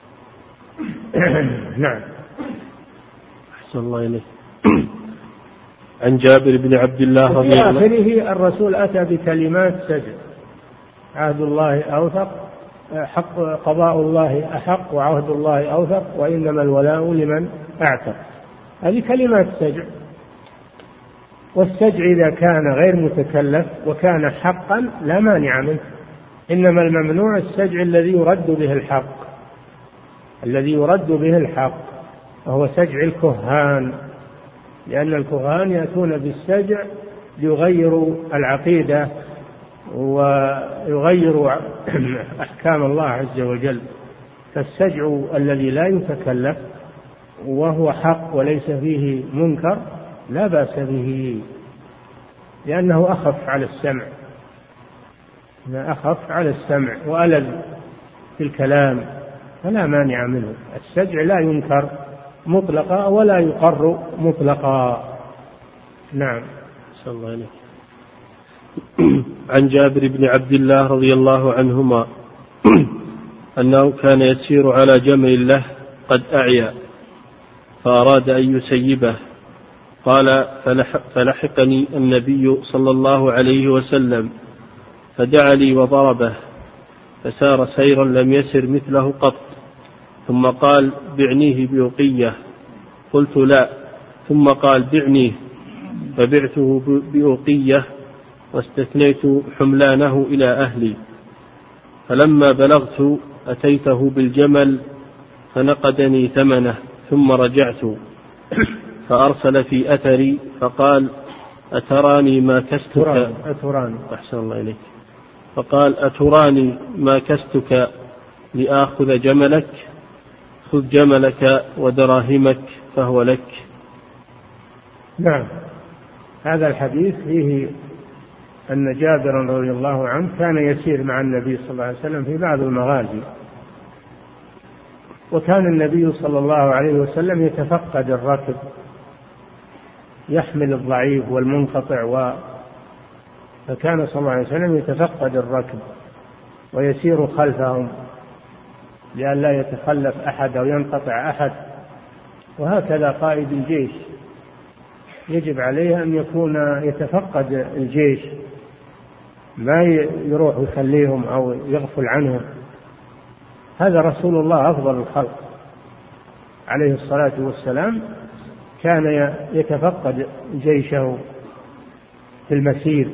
S2: نعم.
S1: أحسن الله إليك. عن جابر بن عبد الله رضي الله عنه
S2: في آخره الرسول أتى بكلمات سجع: عهد الله أوثق، حق قضاء الله أحق، وعهد الله أوثق، وإنما الولاء لمن أعتق. هذه كلمات سجع. والسجع إذا كان غير متكلف وكان حقا لا مانع منه، إنما الممنوع السجع الذي يرد به الحق، وهو سجع الكهان، لأن الكهان يأتون بالسجع ليغيروا العقيدة ويغيروا أحكام الله عز وجل. فالسجع الذي لا يتكلف وهو حق وليس فيه منكر لا بأس به، لأنه أخف على السمع وألذ في الكلام، فلا مانع منه. السجع لا ينكر مطلقا ولا يقر مطلقا. نعم.
S1: صلى الله عليه. عن جابر بن عبد الله رضي الله عنهما أنه كان يسير على جمل له قد أعيا، فأراد أن يسيبه، قال: فلحقني النبي صلى الله عليه وسلم فدعا لي وضربه، فسار سيرا لم يسر مثله قط، ثم قال: بعنيه بأقية. قلت: لا. ثم قال: بعنيه، فبعته بأقية، واستثنيت حملانه إلى أهلي. فلما بلغت أتيته بالجمل فنقدني ثمنه، ثم رجعت فأرسل في أثري فقال: أتراني ما كستك؟ أحسن الله إليك. فقال: أتراني ما كستك لآخذ جملك؟ خذ جملك ودراهمك فهو لك.
S2: نعم. هذا الحديث فيه أن جابر رضي الله عنه كان يسير مع النبي صلى الله عليه وسلم في بعض المغازي، وكان النبي صلى الله عليه وسلم يتفقد الركب، يحمل الضعيف والمنقطع، فكان صلى الله عليه وسلم يتفقد الركب ويسير خلفهم لئلا يتخلف أحد أو ينقطع أحد. وهكذا قائد الجيش يجب عليه أن يكون يتفقد الجيش، ما يروح يخليهم أو يغفل عنهم. هذا رسول الله أفضل الخلق عليه الصلاة والسلام، كان يتفقد جيشه في المسير،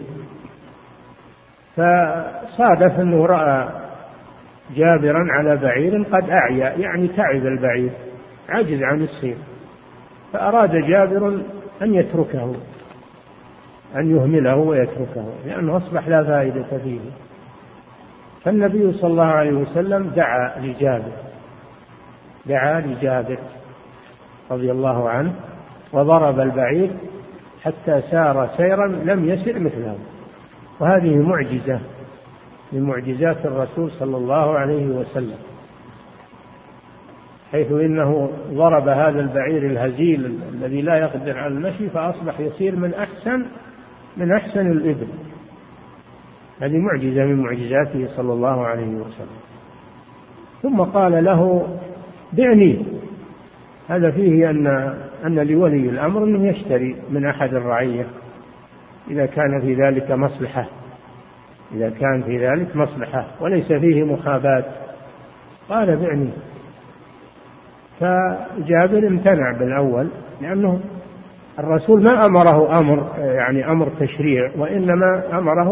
S2: فصادف أنه رأى جابرا على بعير قد أعيا، يعني تعب البعير عجز عن السير، فأراد جابر أن يتركه، أن يهمله ويتركه، لأنه أصبح لا فائدة فيه. فالنبي صلى الله عليه وسلم دعا لجابر رضي الله عنه، وضرب البعير حتى سار سيرا لم يسر مثله. وهذه معجزة من معجزات الرسول صلى الله عليه وسلم، حيث إنه ضرب هذا البعير الهزيل الذي لا يقدر على المشي فأصبح يسير من أحسن الإبل. هذه معجزة من معجزاته صلى الله عليه وسلم. ثم قال له بعني. هذا فيه أن لولي الأمر أنه يشتري من أحد الرعية إذا كان في ذلك مصلحة وليس فيه محاباة. قال بعني. فجابر امتنع بالأول، لأنه الرسول ما أمره أمر تشريع، وإنما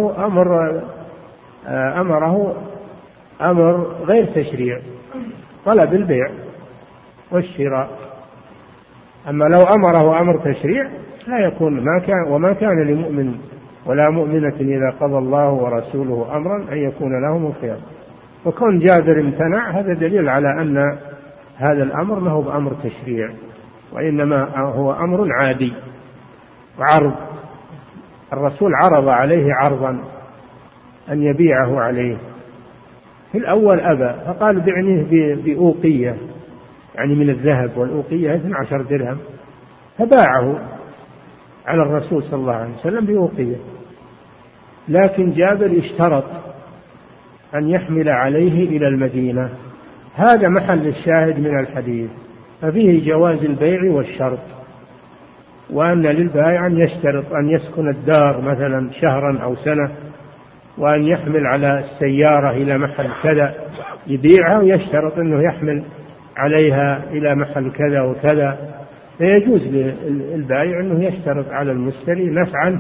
S2: أمره أمر غير تشريع، طلب البيع والشراء. أما لو أمره أمر تشريع لا يكون وما كان لمؤمن ولا مؤمنة إذا قضى الله ورسوله أمرا أن يكون لهم الخيار. وكون جابر امتنع هذا دليل على أن هذا الأمر ما هو بأمر تشريع، وإنما هو أمر عادي وعرض. الرسول عرض عليه عرضا أن يبيعه عليه. في الأول أبى، فقال بعنيه بأوقية، يعني من الذهب، والأوقية 12 درهم، فباعه على الرسول صلى الله عليه وسلم بأوقية. لكن جابر اشترط أن يحمل عليه إلى المدينة. هذا محل الشاهد من الحديث، ففيه جواز البيع والشرط، وأن للبائع أن يشترط أن يسكن الدار مثلا شهرا أو سنة، وأن يحمل على السيارة إلى محل كذا يبيعها، ويشترط أنه يحمل عليها إلى محل كذا وكذا. فيجوز للبائع أنه يشترط على المشتري نفعا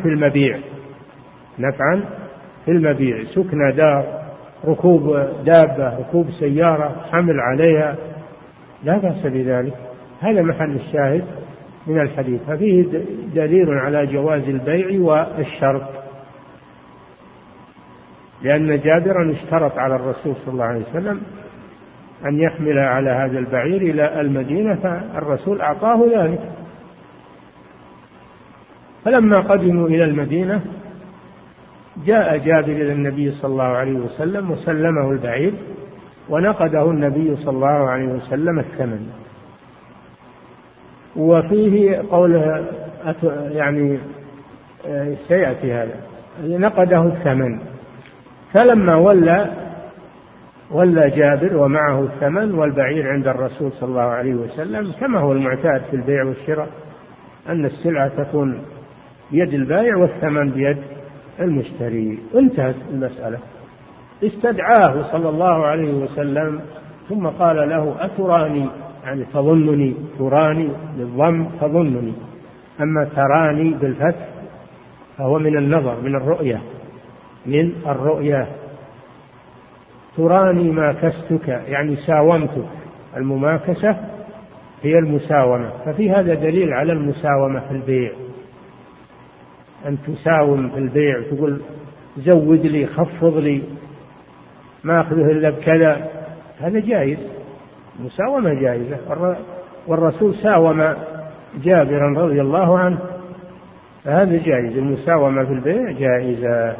S2: في المبيع، سكن دار، ركوب دابة، ركوب سيارة، حمل عليها، لا بأس بذلك. هذا محل الشاهد من الحديث، ففيه دليل على جواز البيع والشرط، لأن جابرا اشترط على الرسول صلى الله عليه وسلم أن يحمل على هذا البعير إلى المدينة، فالرسول أعطاه ذلك. فلما قدموا إلى المدينة جاء جابر إلى النبي صلى الله عليه وسلم وسلمه البعير، ونقده النبي صلى الله عليه وسلم الثمن. وفيه قوله يعني سيأتي هذا، نقده الثمن. فلما ولى جابر ومعه الثمن والبعير عند الرسول صلى الله عليه وسلم، كما هو المعتاد في البيع والشراء أن السلعة تكون بيد البائع والثمن بيد المشتري. انتهت المسألة. استدعاه صلى الله عليه وسلم ثم قال له أتراني، يعني تظنني، تراني بالضم تظنني، أما تراني بالفتح فهو من النظر، من الرؤية. تراني ماكستك، يعني ساومتك. المماكسة هي المساومة، ففي هذا دليل على المساومة في البيع، أن تساوم في البيع، تقول زود لي، خفض لي، ما أخذه إلا بكذا، هذا جائز، مساومة جائزة. والرسول ساوم جابرا رضي الله عنه فهذا جائز، المساومة في البيع جائزة.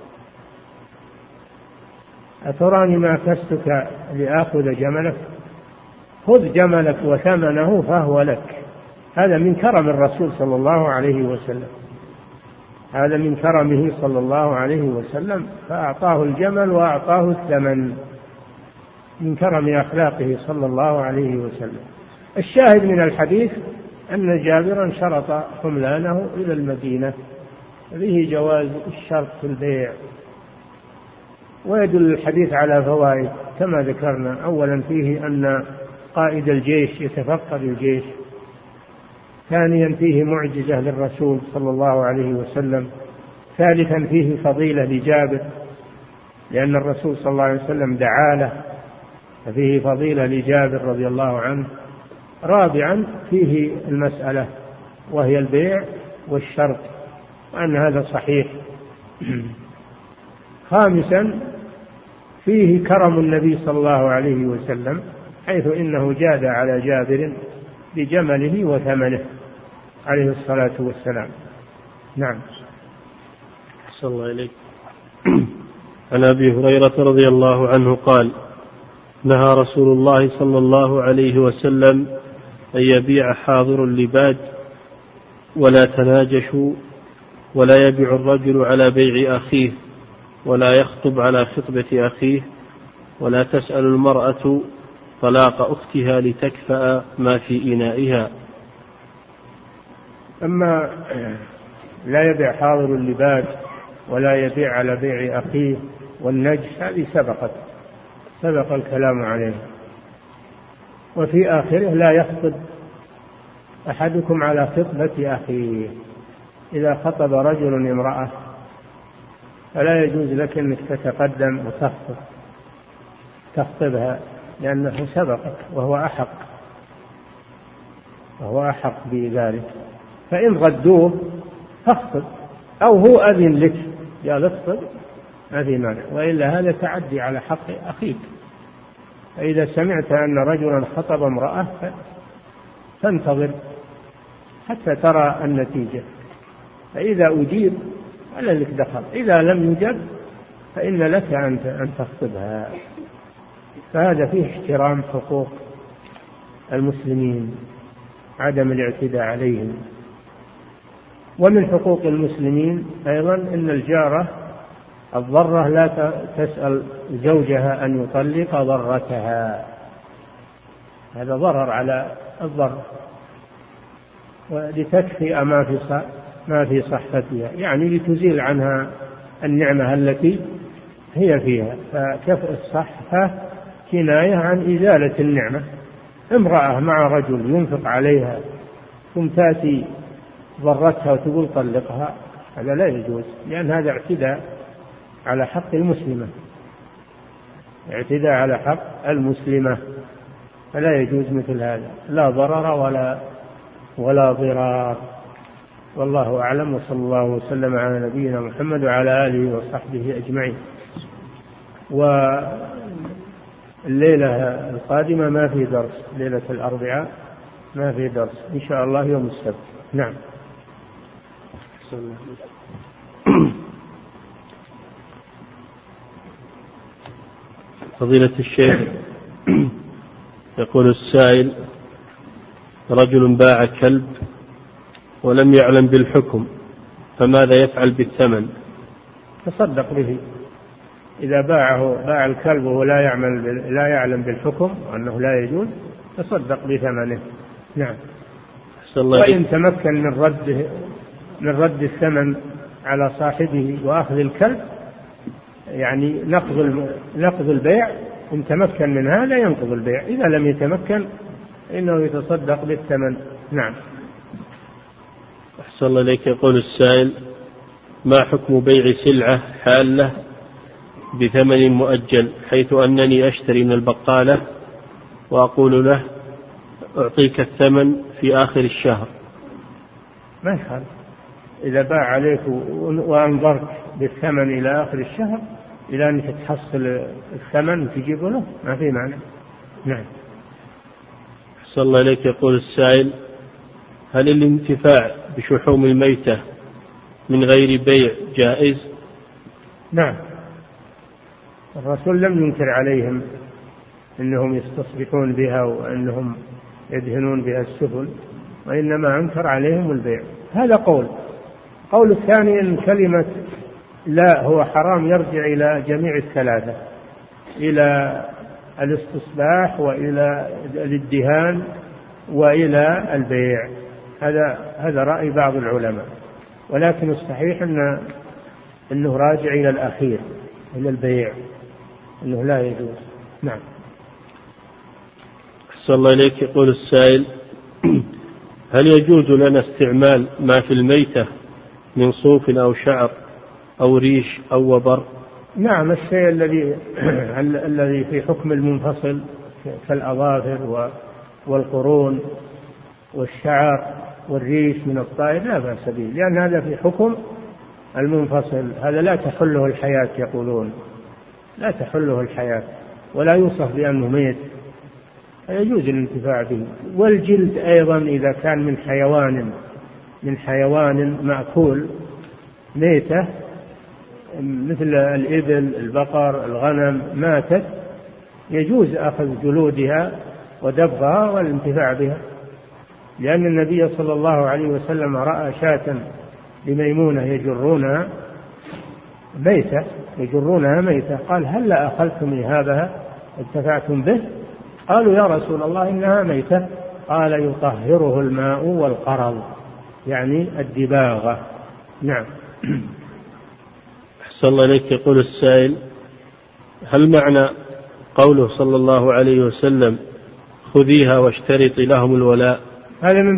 S2: أتراني ما كستك لآخذ جملك، خذ جملك وثمنه فهو لك. هذا من كرم الرسول صلى الله عليه وسلم، هذا من كرمه صلى الله عليه وسلم، فأعطاه الجمل وأعطاه الثمن، من كرم أخلاقه صلى الله عليه وسلم. الشاهد من الحديث أن جابرا شرط حملانه إلى المدينة، به جواز الشرط في البيع. ويدل الحديث على فوائد كما ذكرنا: أولا فيه أن قائد الجيش يتفقد الجيش، ثانيا فيه معجزة للرسول صلى الله عليه وسلم، ثالثا فيه فضيلة لجابر لأن الرسول صلى الله عليه وسلم دعا له، ففيه فضيلة لجابر رضي الله عنه، رابعا فيه المسألة وهي البيع والشرط وأن هذا صحيح، خامسا فيه كرم النبي صلى الله عليه وسلم حيث إنه جاد على جابر بجمله وثمنه عليه الصلاة والسلام. نعم.
S1: صلى الله عليه. عن أبي هريرة رضي الله عنه قال: نهى رسول الله صلى الله عليه وسلم أن يبيع حاضر لباد ولا تناجشوا، ولا يبيع الرجل على بيع أخيه، ولا يخطب على خطبة أخيه، ولا تسأل المرأة طلاق أختها لتكفأ ما في إنائها.
S2: أما لا يبيع حاضر اللباد ولا يبيع على بيع أخيه والنجش، هذه سبق الكلام عليها. وفي آخره: لا يخطب أحدكم على خطبة أخيه. إذا خطب رجل امرأة فلا يجوز لك أنك تتقدم تخطبها لأنه سبقك وهو أحق بذلك. فإن ردوه فاخطب، أو هو أذن لك قال اخطب ما في مانع، وإلا هذا تعدي على حق أخيك. فإذا سمعت أن رجلا خطب امرأة فانتظر حتى ترى النتيجة، فإذا أجيب فلا لك دخل، إذا لم يجب فإن لك أن تخطبها. فهذا فيه احترام حقوق المسلمين، عدم الاعتداء عليهم. ومن حقوق المسلمين أيضا أن الجارة الضرة لا تسأل زوجها أن يطلق ضرتها، هذا ضرر على الضر، ولتكفئ ما في صحفتها، يعني لتزيل عنها النعمة التي هي فيها. فكفء الصحفة كناية عن إزالة النعمة. امرأة مع رجل ينفق عليها ثم تأتي ضرتها وتقول طلقها، هذا لا يجوز، لأن هذا اعتداء على حق المسلمة، اعتداء على حق المسلمة، فلا يجوز مثل هذا، لا ضرر ولا ضرار. والله أعلم، وصلى الله وسلم على نبينا محمد وعلى آله وصحبه أجمعين. والليلة القادمة ما في درس، ليلة الأربعاء ما في درس إن شاء الله، يوم السبت. نعم.
S1: فضيلة الشيخ، يقول السائل: رجل باع كلب ولم يعلم بالحكم، فماذا يفعل بالثمن؟
S2: تصدق به. إذا باع الكلب وهو لا يعلم بالحكم وأنه لا يجوز، تصدق بثمنه. نعم. وإن تمكن من رد الثمن على صاحبه وأخذ الكلب، يعني نقض البيع، إن تمكن من هذا ينقض البيع، إذا لم يتمكن إنه يتصدق بالثمن. نعم.
S1: أحسن الله إليك. يقول السائل: ما حكم بيع سلعة حالة بثمن مؤجل، حيث أنني أشتري من البقالة وأقول له أعطيك الثمن في آخر الشهر؟
S2: ما يخالف، إذا باع عليك وأنظرت بالثمن إلى آخر الشهر إلى أنك تحصل الثمن وتجيبه له، ما في معنى. نعم.
S1: أحسن الله إليك. يقول السائل: هل الانتفاع بشحوم الميتة من غير بيع جائز؟
S2: نعم، الرسول لم ينكر عليهم أنهم يستصبحون بها وأنهم يدهنون بها السفن، وإنما أنكر عليهم البيع. هذا قول الثاني أن كلمة لا هو حرام يرجع إلى جميع الثلاثة، إلى الاستصباح وإلى الادهان وإلى البيع. هذا رأي بعض العلماء، ولكن الصحيح أنه راجع إلى الأخير، إلى البيع، أنه لا يجوز. نعم.
S1: أحسن الله إليك. يقول السائل: هل يجوز لنا استعمال ما في الميتة من صوف أو شعر أو ريش أو وبر؟
S2: نعم، الشيء الذي في حكم المنفصل كالأظافر والقرون والشعر والريش من الطائر لا بأس به، لأن هذا في حكم المنفصل، هذا لا تحله الحياة، يقولون لا تحله الحياة ولا يوصف بأنه ميت، يجوز الانتفاع به. والجلد أيضا إذا كان من حيوان مأكول ميتة مثل الإبل، البقر، الغنم ماتت، يجوز أخذ جلودها ودبغها والانتفاع بها، لأن النبي صلى الله عليه وسلم رأى شاة لميمونة يجرونها ميتة، قال: هل أخذتم إهابها انتفعتم به؟ قالوا: يا رسول الله إنها ميتة. قال: يطهره الماء والقرض، يعني الدباغة. نعم.
S1: أحسن الله إليك. يقول السائل: هل معنى قوله صلى الله عليه وسلم خذيها واشترطي لهم الولاء؟
S2: هذا من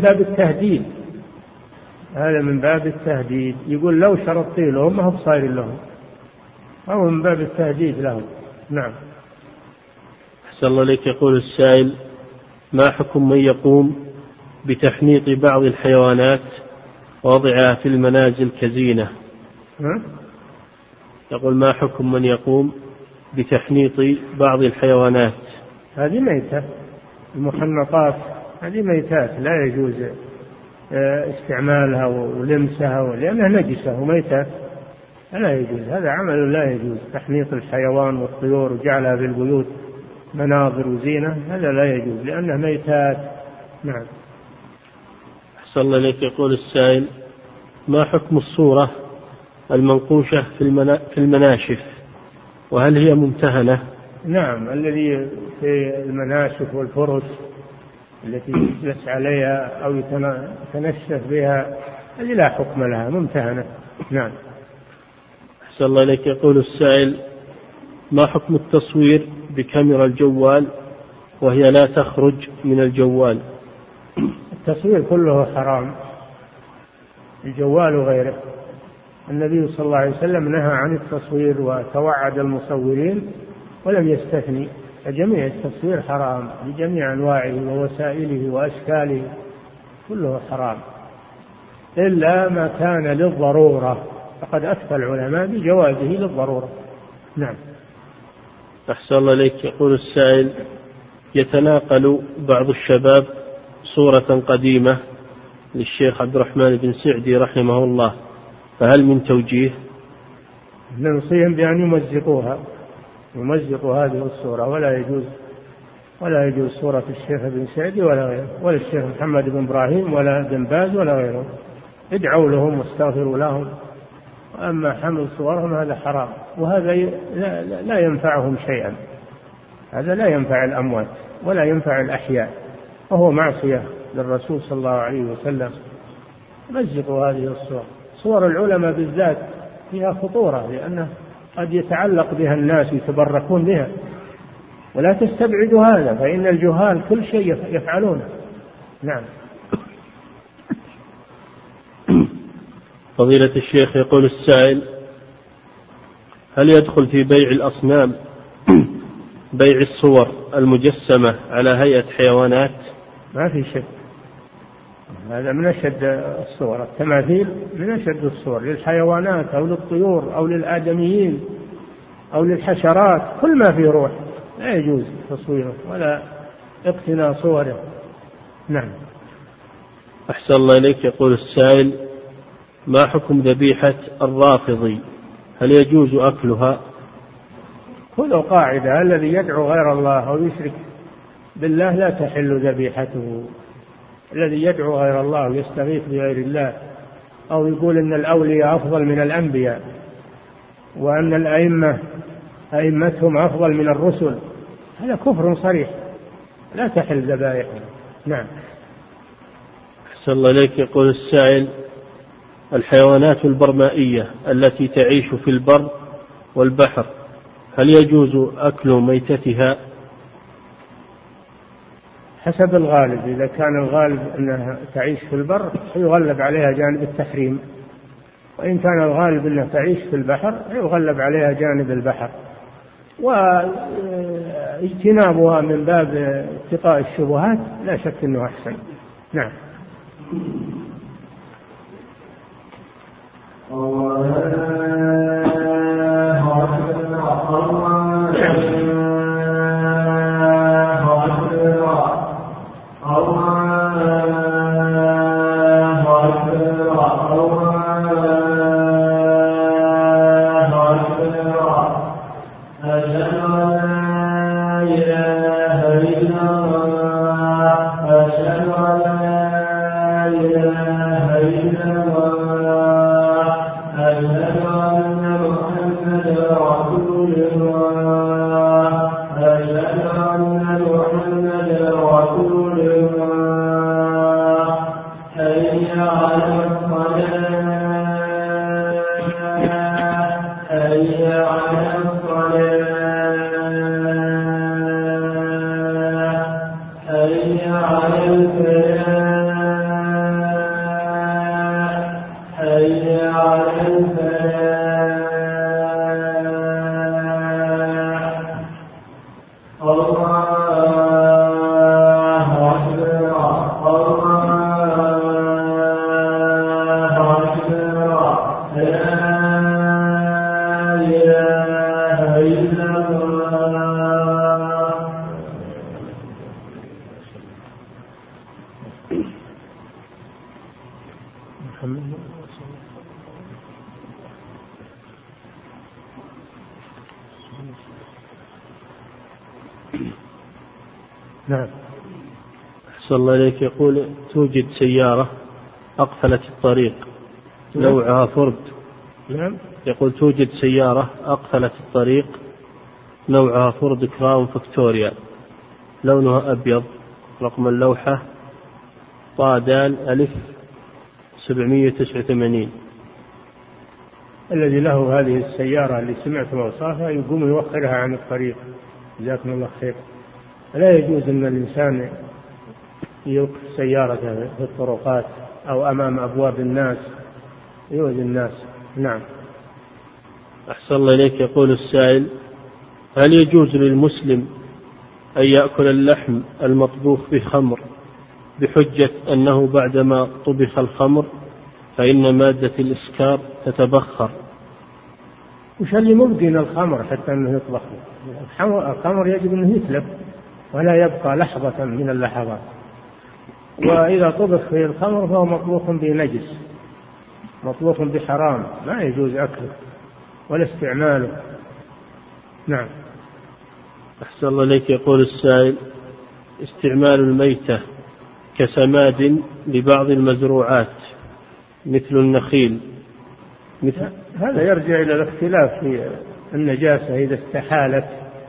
S2: باب التهديد، يقول لو شرطي لهم ما هو صاير لهم، أو من باب التهديد لهم. نعم.
S1: أحسن الله إليك. يقول السائل: ما حكم من يقوم بتحنيط بعض الحيوانات ووضعها في المنازل كزينة؟ يقول: ما حكم من يقوم بتحنيط بعض الحيوانات؟
S2: هذه ميتة، المحنطات هذه ميتات لا يجوز استعمالها ولمسها، لأنها نجسة وميتات، لا يجوز، هذا عمل لا يجوز. تحنيط الحيوان والطيور وجعلها في البيوت مناظر وزينة، هذا لا يجوز لأنها ميتات. نعم.
S1: أحسن الله إليك. يقول السائل: ما حكم الصورة المنقوشة في المناشف، وهل هي ممتهنة؟
S2: نعم، الذي في المناشف والفرش التي يجلس عليها أو يتنشف بها هذه لا حكم لها، ممتهنة. نعم.
S1: أحسن الله إليك. يقول السائل: ما حكم التصوير بكاميرا الجوال وهي لا تخرج من الجوال؟
S2: التصوير كله حرام، الجوال وغيره. النبي صلى الله عليه وسلم نهى عن التصوير وتوعد المصورين ولم يستثني، فجميع التصوير حرام بجميع أنواعه ووسائله وأشكاله، كله حرام إلا ما كان للضرورة، فقد أفتى العلماء بجوازه للضرورة. نعم.
S1: أحسن الله إليك. يقول السائل: يتناقل بعض الشباب صورة قديمة للشيخ عبد الرحمن بن سعدي رحمه الله، فهل من توجيه؟
S2: ننصيهم بأن يمزقوا هذه الصورة، ولا يجوز صورة الشيخ بن سعدي ولا غيره، ولا الشيخ محمد بن إبراهيم ولا بن باز ولا غيره، ادعوا لهم واستغفروا لهم، وأما حمل صورهم هذا حرام، وهذا لا ينفعهم شيئا، هذا لا ينفع الأموات ولا ينفع الأحياء، وهو معصية للرسول صلى الله عليه وسلم. مزقوا هذه الصور، صور العلماء بالذات فيها خطورة، لأنه قد يتعلق بها الناس يتبركون بها، ولا تستبعدوا هذا، فإن الجهال كل شيء يفعلونه. نعم.
S1: فضيلة الشيخ، يقول السائل: هل يدخل في بيع الأصنام بيع الصور المجسمة على هيئة حيوانات؟
S2: ما في شك، هذا من أشد الصور، التماثيل من أشد الصور للحيوانات أو للطيور أو للآدميين أو للحشرات، كل ما فيه روح لا يجوز تصويره ولا اقتناء صوره. نعم.
S1: أحسن الله إليك. يقول السائل: ما حكم ذبيحة الرافضي؟ هل يجوز أكلها؟
S2: خذوا قاعدة: الذي يدعو غير الله أو يشرك بالله لا تحل ذبيحته. الذي يدعو غير الله ويستغيث بغير الله أو يقول إن الأولياء أفضل من الأنبياء وأن أئمتهم أفضل من الرسل، هذا كفر صريح، لا تحل ذبائحهم. نعم.
S1: أحسن الله إليك. يقول السائل: الحيوانات البرمائية التي تعيش في البر والبحر هل يجوز أكل ميتتها؟
S2: حسب الغالب. إذا كان الغالب أنها تعيش في البر يغلب عليها جانب التحريم، وإن كان الغالب أنها تعيش في البحر يغلب عليها جانب البحر، واجتنابها من باب اتقاء الشبهات لا شك أنه أحسن. نعم.
S1: نعم. أحسن الله إليك. يقول: توجد سيارة أقفلت الطريق نوعها فورد.
S2: نعم.
S1: يقول: توجد سيارة أقفلت الطريق نوعها فورد كراون فيكتوريا، لونها أبيض، رقم اللوحة طادان ألف 789.
S2: الذي له هذه السيارة اللي سمعت موصافها يقوم يوخرها عن الطريق، جزاكم الله خير. لا يجوز أن الإنسان يوقف سيارته في الطرقات أو أمام أبواب الناس يؤذي الناس. نعم.
S1: أحسن الله إليك. يقول السائل: هل يجوز للمسلم أن يأكل اللحم المطبوخ بخمر بحجة أنه بعدما طبخ الخمر فإن مادة الإسكار تتبخر؟
S2: وش اللي ممكن الخمر حتى أنه يطبخ؟ الخمر يجب أنه يتلف ولا يبقى لحظة من اللحظات، وإذا طبخ في الخمر فهو مطبوخ بنجس، مطبوخ بحرام، ما يجوز أكله ولا استعماله. نعم.
S1: أحسن الله إليك. يقول السائل: استعمال الميتة كسماد لبعض المزروعات مثل النخيل
S2: هذا يرجع إلى الاختلاف في النجاسة. إذا استحالت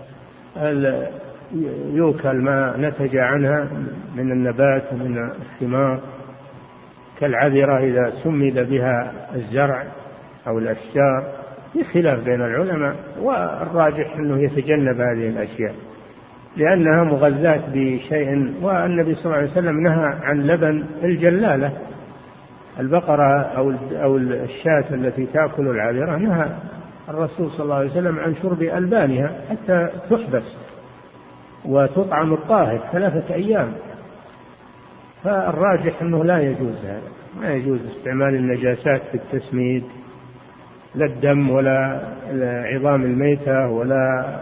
S2: يوكل ما نتج عنها من النبات ومن الثمار كالعذرة إذا سمد بها الزرع أو الأشجار، في خلاف بين العلماء، والراجح أنه يتجنب هذه الأشياء لأنها مغذاة بشيء. والنبي صلى الله عليه وسلم نهى عن لبن الجلالة، البقرة أو الشاة التي تأكل العذرة، نهى الرسول صلى الله عليه وسلم عن شرب ألبانها حتى تحبس وتطعم الطاهر 3 أيام. فالراجح أنه لا يجوز هذا، ما يجوز استعمال النجاسات في التسميد، لا الدم ولا عظام الميتة ولا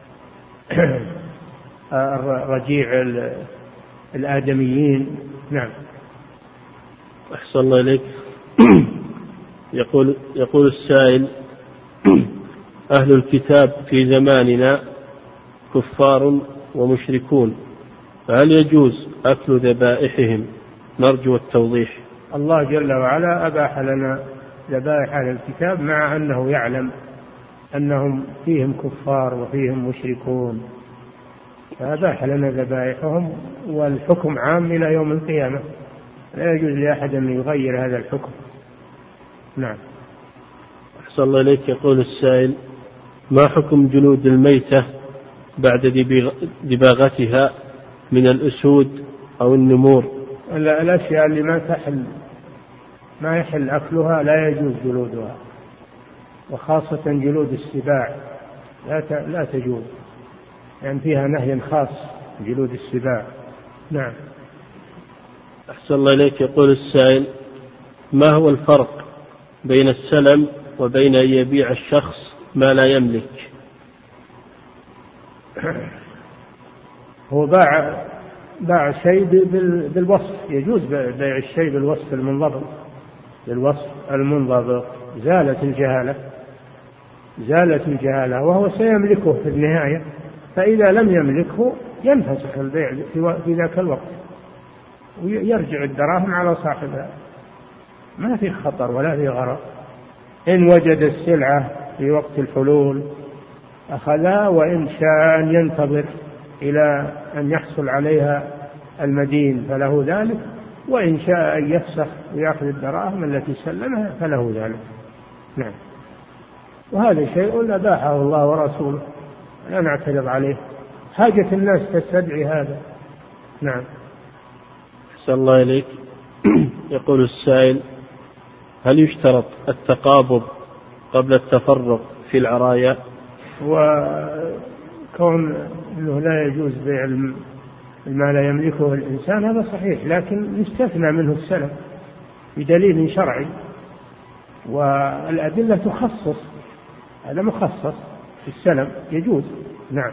S2: رجيع الآدميين. نعم.
S1: أحسن الله إليك. يقول السائل: أهل الكتاب في زماننا كفار ومشركون، فهل يجوز أكل ذبائحهم؟ نرجو التوضيح.
S2: الله جل وعلا أباح لنا ذبائح أهل الكتاب مع أنه يعلم أنهم فيهم كفار وفيهم مشركون، فأباح لنا ذبائحهم، والحكم عام إلى يوم القيامة، لا يجوز لأحد أن يغير هذا الحكم. نعم.
S1: أحسن الله إليك. يقول السائل: ما حكم جلود الميتة بعد دباغتها من الأسود أو النمور؟
S2: الأشياء اللي ما يحل أكلها لا يجوز جلودها، وخاصة جلود السباع لا تجوز، يعني فيها نهي خاص جلود السباع. نعم.
S1: أحسن الله إليك. يقول السائل: ما هو الفرق بين السلم وبين أن يبيع الشخص ما لا يملك؟
S2: هو باع شيء بالوصف، يجوز بيع الشيء بالوصف المنضبط، زالت الجهالة وهو سيملكه في النهاية، فإذا لم يملكه ينفسخ البيع في ذاك الوقت ويرجع الدراهم على صاحبها، ما في خطر ولا في غرر. إن وجد السلعة في وقت الحلول أخذها، وإن شاء أن ينتظر إلى أن يحصل عليها المدين فله ذلك، وإن شاء أن يفسخ ويأخذ الدراهم التي سلمها فله ذلك. نعم. وهذا شيء أباحه الله ورسوله، لا نعترض عليه، حاجة الناس تستدعي هذا. نعم.
S1: أحسن الله إليك. يقول السائل: هل يشترط التقابض قبل التفرق في العرايا؟
S2: وكون أنه لا يجوز بيع ما لا يملكه الإنسان هذا صحيح، لكن يستثنى منه السلم بدليل شرعي، والأدلة تخصص، هذا مخصص في السلم يجوز. نعم.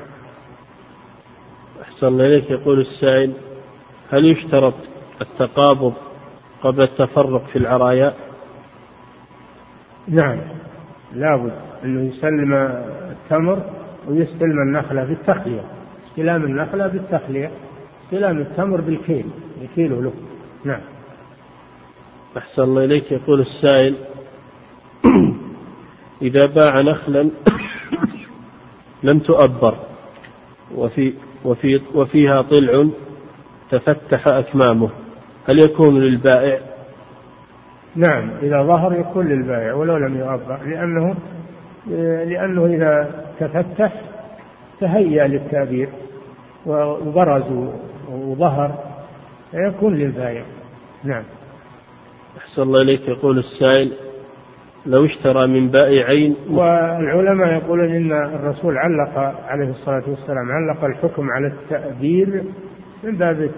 S1: أحسن الله إليك. يقول السائل: هل يشترط التقابض قبل التفرق في العرايا؟
S2: نعم، لابد أنه يسلم التمر ويستلم النخلة بالتخلية، استلام النخلة بالتخلية، استلام التمر بالكيل يكيله له. نعم.
S1: أحسن الله إليك. يقول السائل: إذا باع نخلا لم تؤبر وفيها طلع تفتح أكمامه، هل يكون للبائع؟
S2: نعم، إذا ظهر يكون للبائع ولو لم يؤبر، لأنه إذا تفتح تهيأ للتأبير وبرز وظهر يكون للبائع. نعم.
S1: أحسن الله إليك. يقول السائل: لو اشترى من بائعين،
S2: والعلماء يقولون إن الرسول علق عليه الصلاة والسلام علق الحكم على التأبير من باب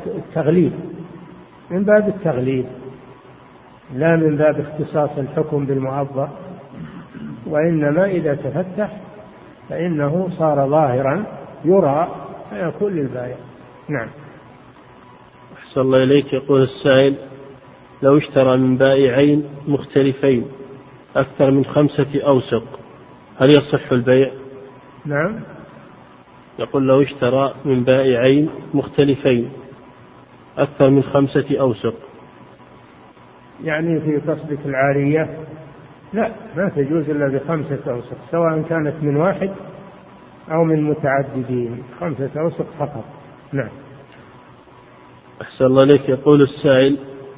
S2: التغليب لا من باب اختصاص الحكم بالمعبر، وإنما إذا تفتح فإنه صار ظاهرا يرى فيكون للبائع. نعم.
S1: أحسن الله إليك. يقول السائل: لو اشترى من بائعين مختلفين أكثر من 5 أوسق هل يصح البيع؟
S2: نعم.
S1: يقول: لو اشترى من بائعين مختلفين أكثر من 5 أوسق،
S2: يعني في قصدك العارية؟ لا، ما تجوز إلا ب5 أوسق، سواء كانت من واحد أو من متعددين، 5 أوسق فقط. نعم.
S1: أحسن الله إليك. يقول السائل: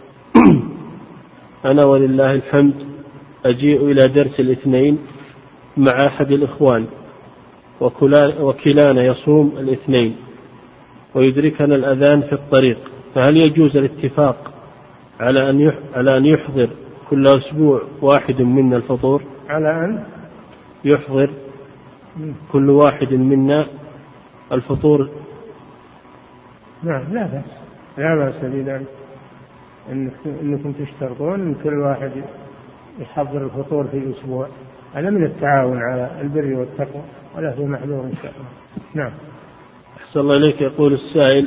S1: أنا ولله الحمد أجيء إلى درس الاثنين مع أحد الإخوان، وكلانا يصوم الاثنين ويدركنا الأذان في الطريق، فهل يجوز الاتفاق على أن يحضر كل أسبوع واحد منا الفطور؟
S2: على أن
S1: يحضر كل واحد منا الفطور.
S2: نعم، لا بأس بذلك، إنكم تشترطون أن كل واحد يحضر الفطور في أسبوع، هذا من التعاون على البر والتقوى ولا في محذور إن شاء الله. نعم.
S1: أحسن الله إليك. يقول السائل: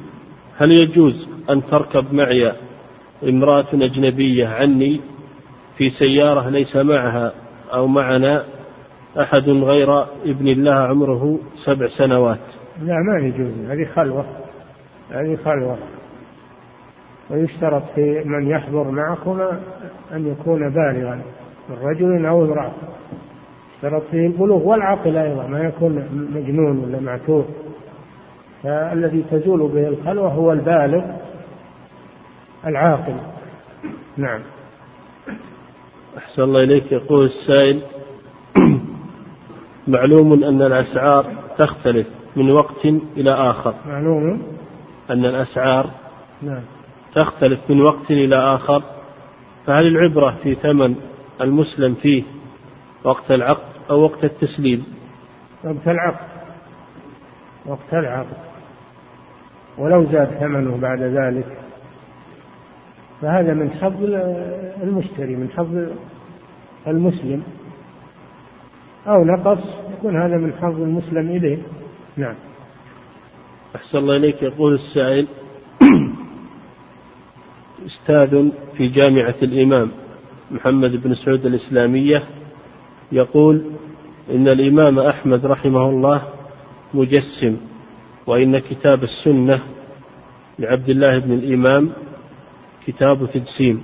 S1: هل يجوز أن تركب معي امرأة أجنبية عني في سيارة ليس معها أو معنا أحد غير ابن الله عمره 7 سنوات.
S2: لا ما يجوز، هذه خلوة. ويشترط في من يحضر معكما أن يكون بالغا من رجل أو امرأة، يشترط فيه البلوغ والعقل أيضا، ما يكون مجنون ولا معتوه. فالذي تزول به الخلوة هو البالغ العاقل. نعم.
S1: أحسن الله إليك. يقول السائل: معلوم أن الأسعار تختلف من وقت إلى آخر.
S2: معلوم
S1: أن الأسعار
S2: نعم
S1: تختلف من وقت إلى آخر، فهل العبرة في ثمن المسلم فيه وقت العقد أو وقت التسليم؟
S2: وقت العقد، ولو زاد ثمنه بعد ذلك فهذا من حظ المشتري، من حظ المسلم، أو نقص يكون هذا من حظ المسلم إليه. نعم.
S1: أحسن الله إليك. يقول السائل: أستاذ في جامعة الإمام محمد بن سعود الإسلامية يقول إن الإمام أحمد رحمه الله مجسم، وإن كتاب السنة لعبد الله بن الإمام كتاب تجسيم.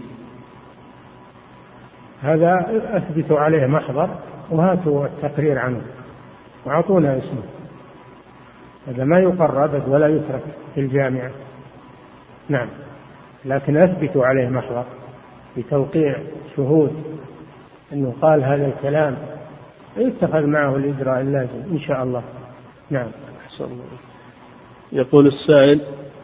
S2: هذا أثبت عليه محضر وهاتوا التقرير عنه وأعطونا اسمه. هذا ما يقر أبد ولا يترك في الجامعة. نعم، لكن أثبتوا عليه محضر بتوقيع شهود أنه قال هذا الكلام، يتخذ معه الإجراء اللازم إن شاء الله. نعم.
S1: يقول السائل: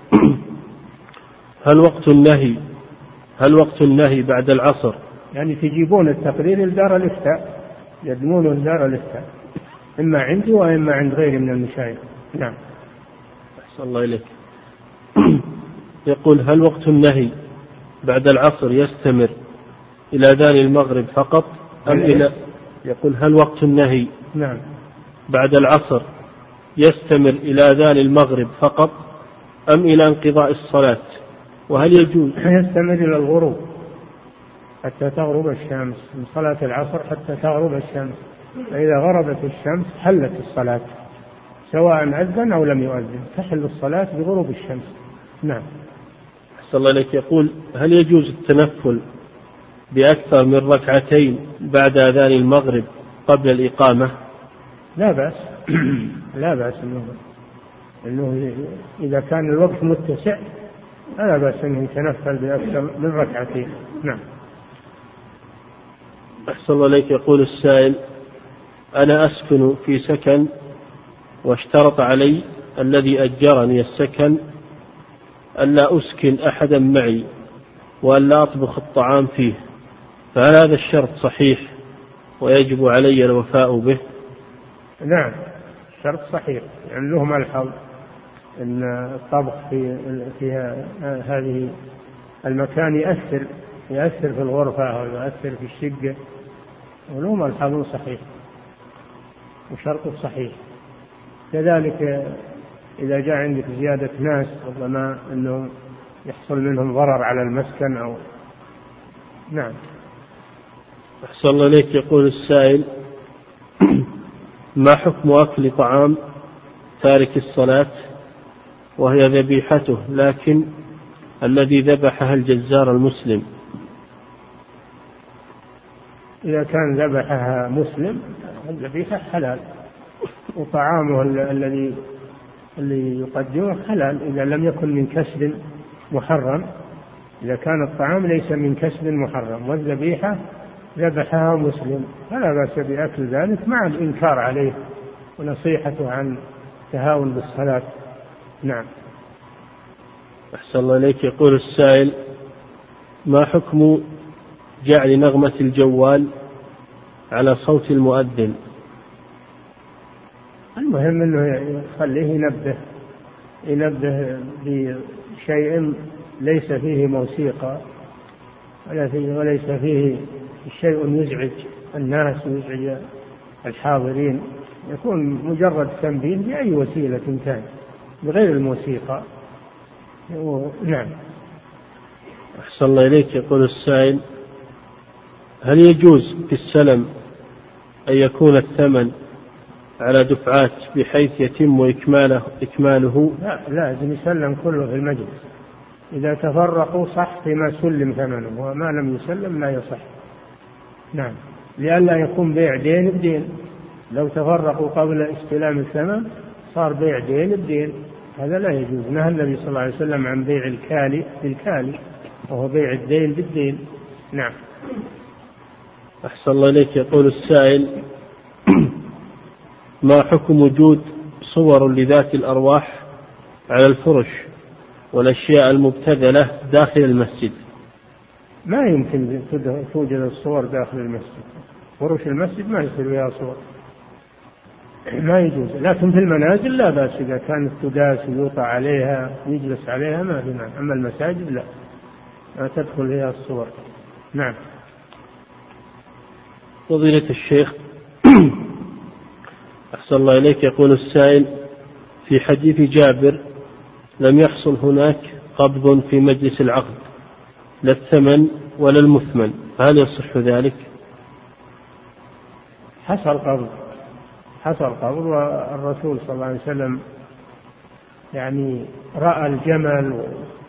S1: هل وقت النهي بعد العصر؟
S2: يعني تجيبون التقرير لدار الإفتاء، يدمونه لدار الإفتاء، إما عندي وإما عند غيري من المشايخ. نعم.
S1: أحسن الله إليك. يقول: هل وقت النهي بعد العصر يستمر إلى أذان المغرب فقط أم إلى؟ يقول: هل وقت النهي
S2: نعم
S1: بعد العصر يستمر إلى أذان المغرب فقط أم إلى انقضاء الصلاة؟ وهل يجوز؟
S2: يستمر إلى الغروب حتى تغرب الشمس، من صلاة العصر حتى تغرب الشمس، فإذا غربت الشمس حلت الصلاة، سواء أذن أو لم يؤذن تحل الصلاة بغروب الشمس. نعم.
S1: أحسن الله إليك. يقول: هل يجوز التنفل بأكثر من ركعتين بعد أذان المغرب قبل الإقامة؟
S2: لا بأس. لا بأس إنه إذا كان الوقت متسع لا بأس أنه يتنفل بأكثر من ركعتين. نعم.
S1: أحسن الله إليك. يقول السائل: أنا أسكن في سكن واشترط علي الذي أجرني السكن ألا أسكن أحدا معي وألا أطبخ الطعام فيه، فهل هذا الشرط صحيح ويجب علي الوفاء به؟
S2: نعم، الشرط صحيح، يعني له ملحظ أن الطبخ في هذه المكان يأثر في الغرفة أو يؤثر في الشقة، وله ملحظ صحيح وشرط صحيح. كذلك إذا جاء عندك زيادة ناس ربما أنه يحصل منهم ضرر على المسكن أو. نعم.
S1: أحسن الله إليك. يقول السائل: ما حكم أكل طعام تارك الصلاة وهي ذبيحته لكن الذي ذبحها الجزار المسلم؟
S2: إذا كان ذبحها مسلم الذبيحة حلال، وطعامه الذي يقدمه حلال إذا لم يكن من كسب محرم. إذا كان الطعام ليس من كسب محرم والذبيحة ذبحها مسلم فلا بأس بأكل ذلك مع الإنكار عليه ونصيحته عن تهاون بالصلاة. نعم.
S1: أحسن الله إليك. يقول السائل: ما حكم جعل نغمة الجوال على صوت المؤذن؟
S2: المهم أنه يخليه ينبه بشيء ليس فيه موسيقى وليس فيه شيء يزعج الناس ويزعج الحاضرين، يكون مجرد تنبيه بأي وسيلة كان بغير الموسيقى. نعم.
S1: أحسن الله إليك. يقول السائل: هل يجوز في السلم أن يكون الثمن على دفعات بحيث يتم إكماله؟
S2: لا، لازم يسلم كله في المجلس. إذا تفرقوا صح فيما سلم ثمنه، وما لم يسلم لا يصح. نعم، لئلا يكون بيع دين بدين. لو تفرقوا قبل استلام الثمن صار بيع دين بدين، هذا لا يجوز. نهى النبي صلى الله عليه وسلم عن بيع الكالي بالكالي، وهو بيع الدين بالدين. نعم.
S1: أحسن الله إليك. يقول السائل: ما حكم وجود صور لذات الأرواح على الفرش والأشياء المبتذلة داخل المسجد؟
S2: ما يمكن توجد الصور داخل المسجد. فرش المسجد ما يصير فيها صور، ما يجوز. لكن في المنازل لا بأس، إذا كانت تداس ويوطى عليها يجلس عليها ما في مانع. أما المساجد لا، ما تدخل فيها الصور. نعم.
S1: فضيلة الشيخ، أحسن الله إليك. يقول السائل: في حديث جابر لم يحصل هناك قبض في مجلس العقد، لا الثمن ولا المثمن، هل يصح ذلك؟
S2: حصل قبض، والرسول صلى الله عليه وسلم يعني رأى الجمل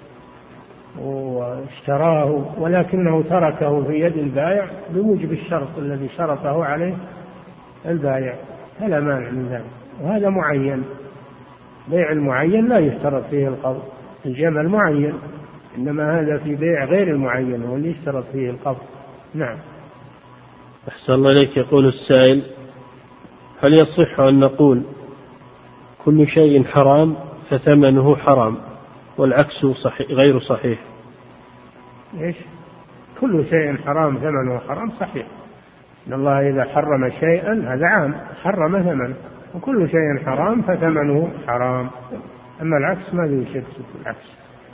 S2: واشتراه، ولكنه تركه في يد البائع بموجب الشرط الذي شرطه عليه البائع، فلا مانع من ذلك. وهذا معين، بيع المعين لا يشترط فيه القبض. الجمل معين، إنما هذا في بيع غير المعين هو اللي يشترط فيه القبض. نعم.
S1: أحسن الله إليك. يقول السائل: هل يصح أن نقول كل شيء حرام فثمنه حرام، والعكس غير صحيح؟
S2: إيش؟ كل شيء حرام ثمنه حرام صحيح. إن الله إذا حرم شيئا، هذا عام، حرم ثمنه. وكل شيء حرام فثمنه حرام. أما العكس ما له شك في العكس.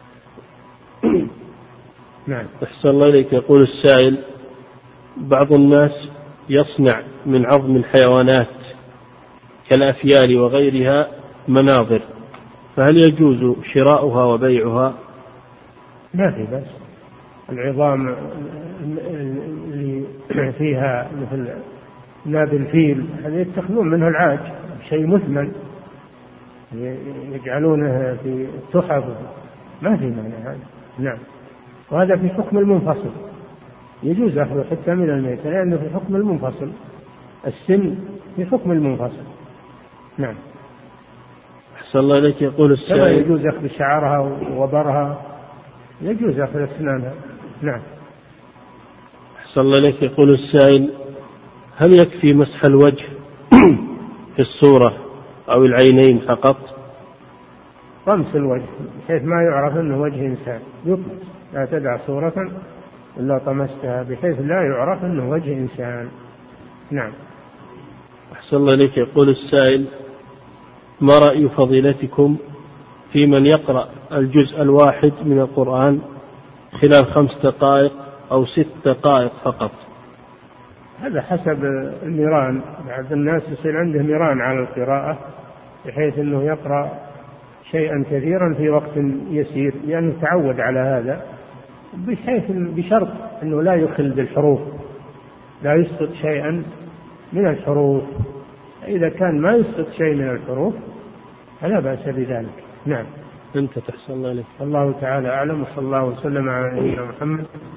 S2: نعم.
S1: أحسن الله إليك. يقول السائل: بعض الناس يصنع من عظم الحيوانات كالأفيال وغيرها مناظر، فهل يجوز شراؤها وبيعها؟
S2: ما في بس. العظام اللي فيها مثل ناب الفيل هذا يتخذون منه العاج، شيء مثمن يجعلونه في تحف، ما في معنى هذا. نعم. وهذا في حكم المنفصل، يجوز أخذه حتى من الميت، لأنه في حكم المنفصل. السن في حكم المنفصل. نعم.
S1: أحسن الله إليك. يقول السائل:
S2: يجوز أخذ شعرها وبرها، يجوز أخذ أسنانها. نعم.
S1: أحسن الله إليك. يقول السائل: هل يكفي مسح الوجه في الصورة أو العينين فقط؟
S2: طمس الوجه بحيث ما يعرف أنه وجه إنسان، يطمس. لا تدع صورة إلا طمستها بحيث لا يعرف أنه وجه إنسان. نعم.
S1: أحسن الله إليك. يقول السائل: ما رأي فضيلتكم في من يقرأ الجزء الواحد من القرآن خلال 5 دقائق أو 6 دقائق فقط؟
S2: هذا حسب الميران. بعض الناس يصير عنده ميران على القراءة بحيث أنه يقرأ شيئا كثيرا في وقت يسير، لأنه تعود على هذا، بشرط أنه لا يخل بالحروف، لا يسقط شيئا من الحروف. إذا كان ما يسقط شيء من الحروف فلا بأس بذلك. نعم.
S1: أنت تحسن الله إليك.
S2: الله تعالى أعلم، وصلى الله وسلم على نبينا محمد.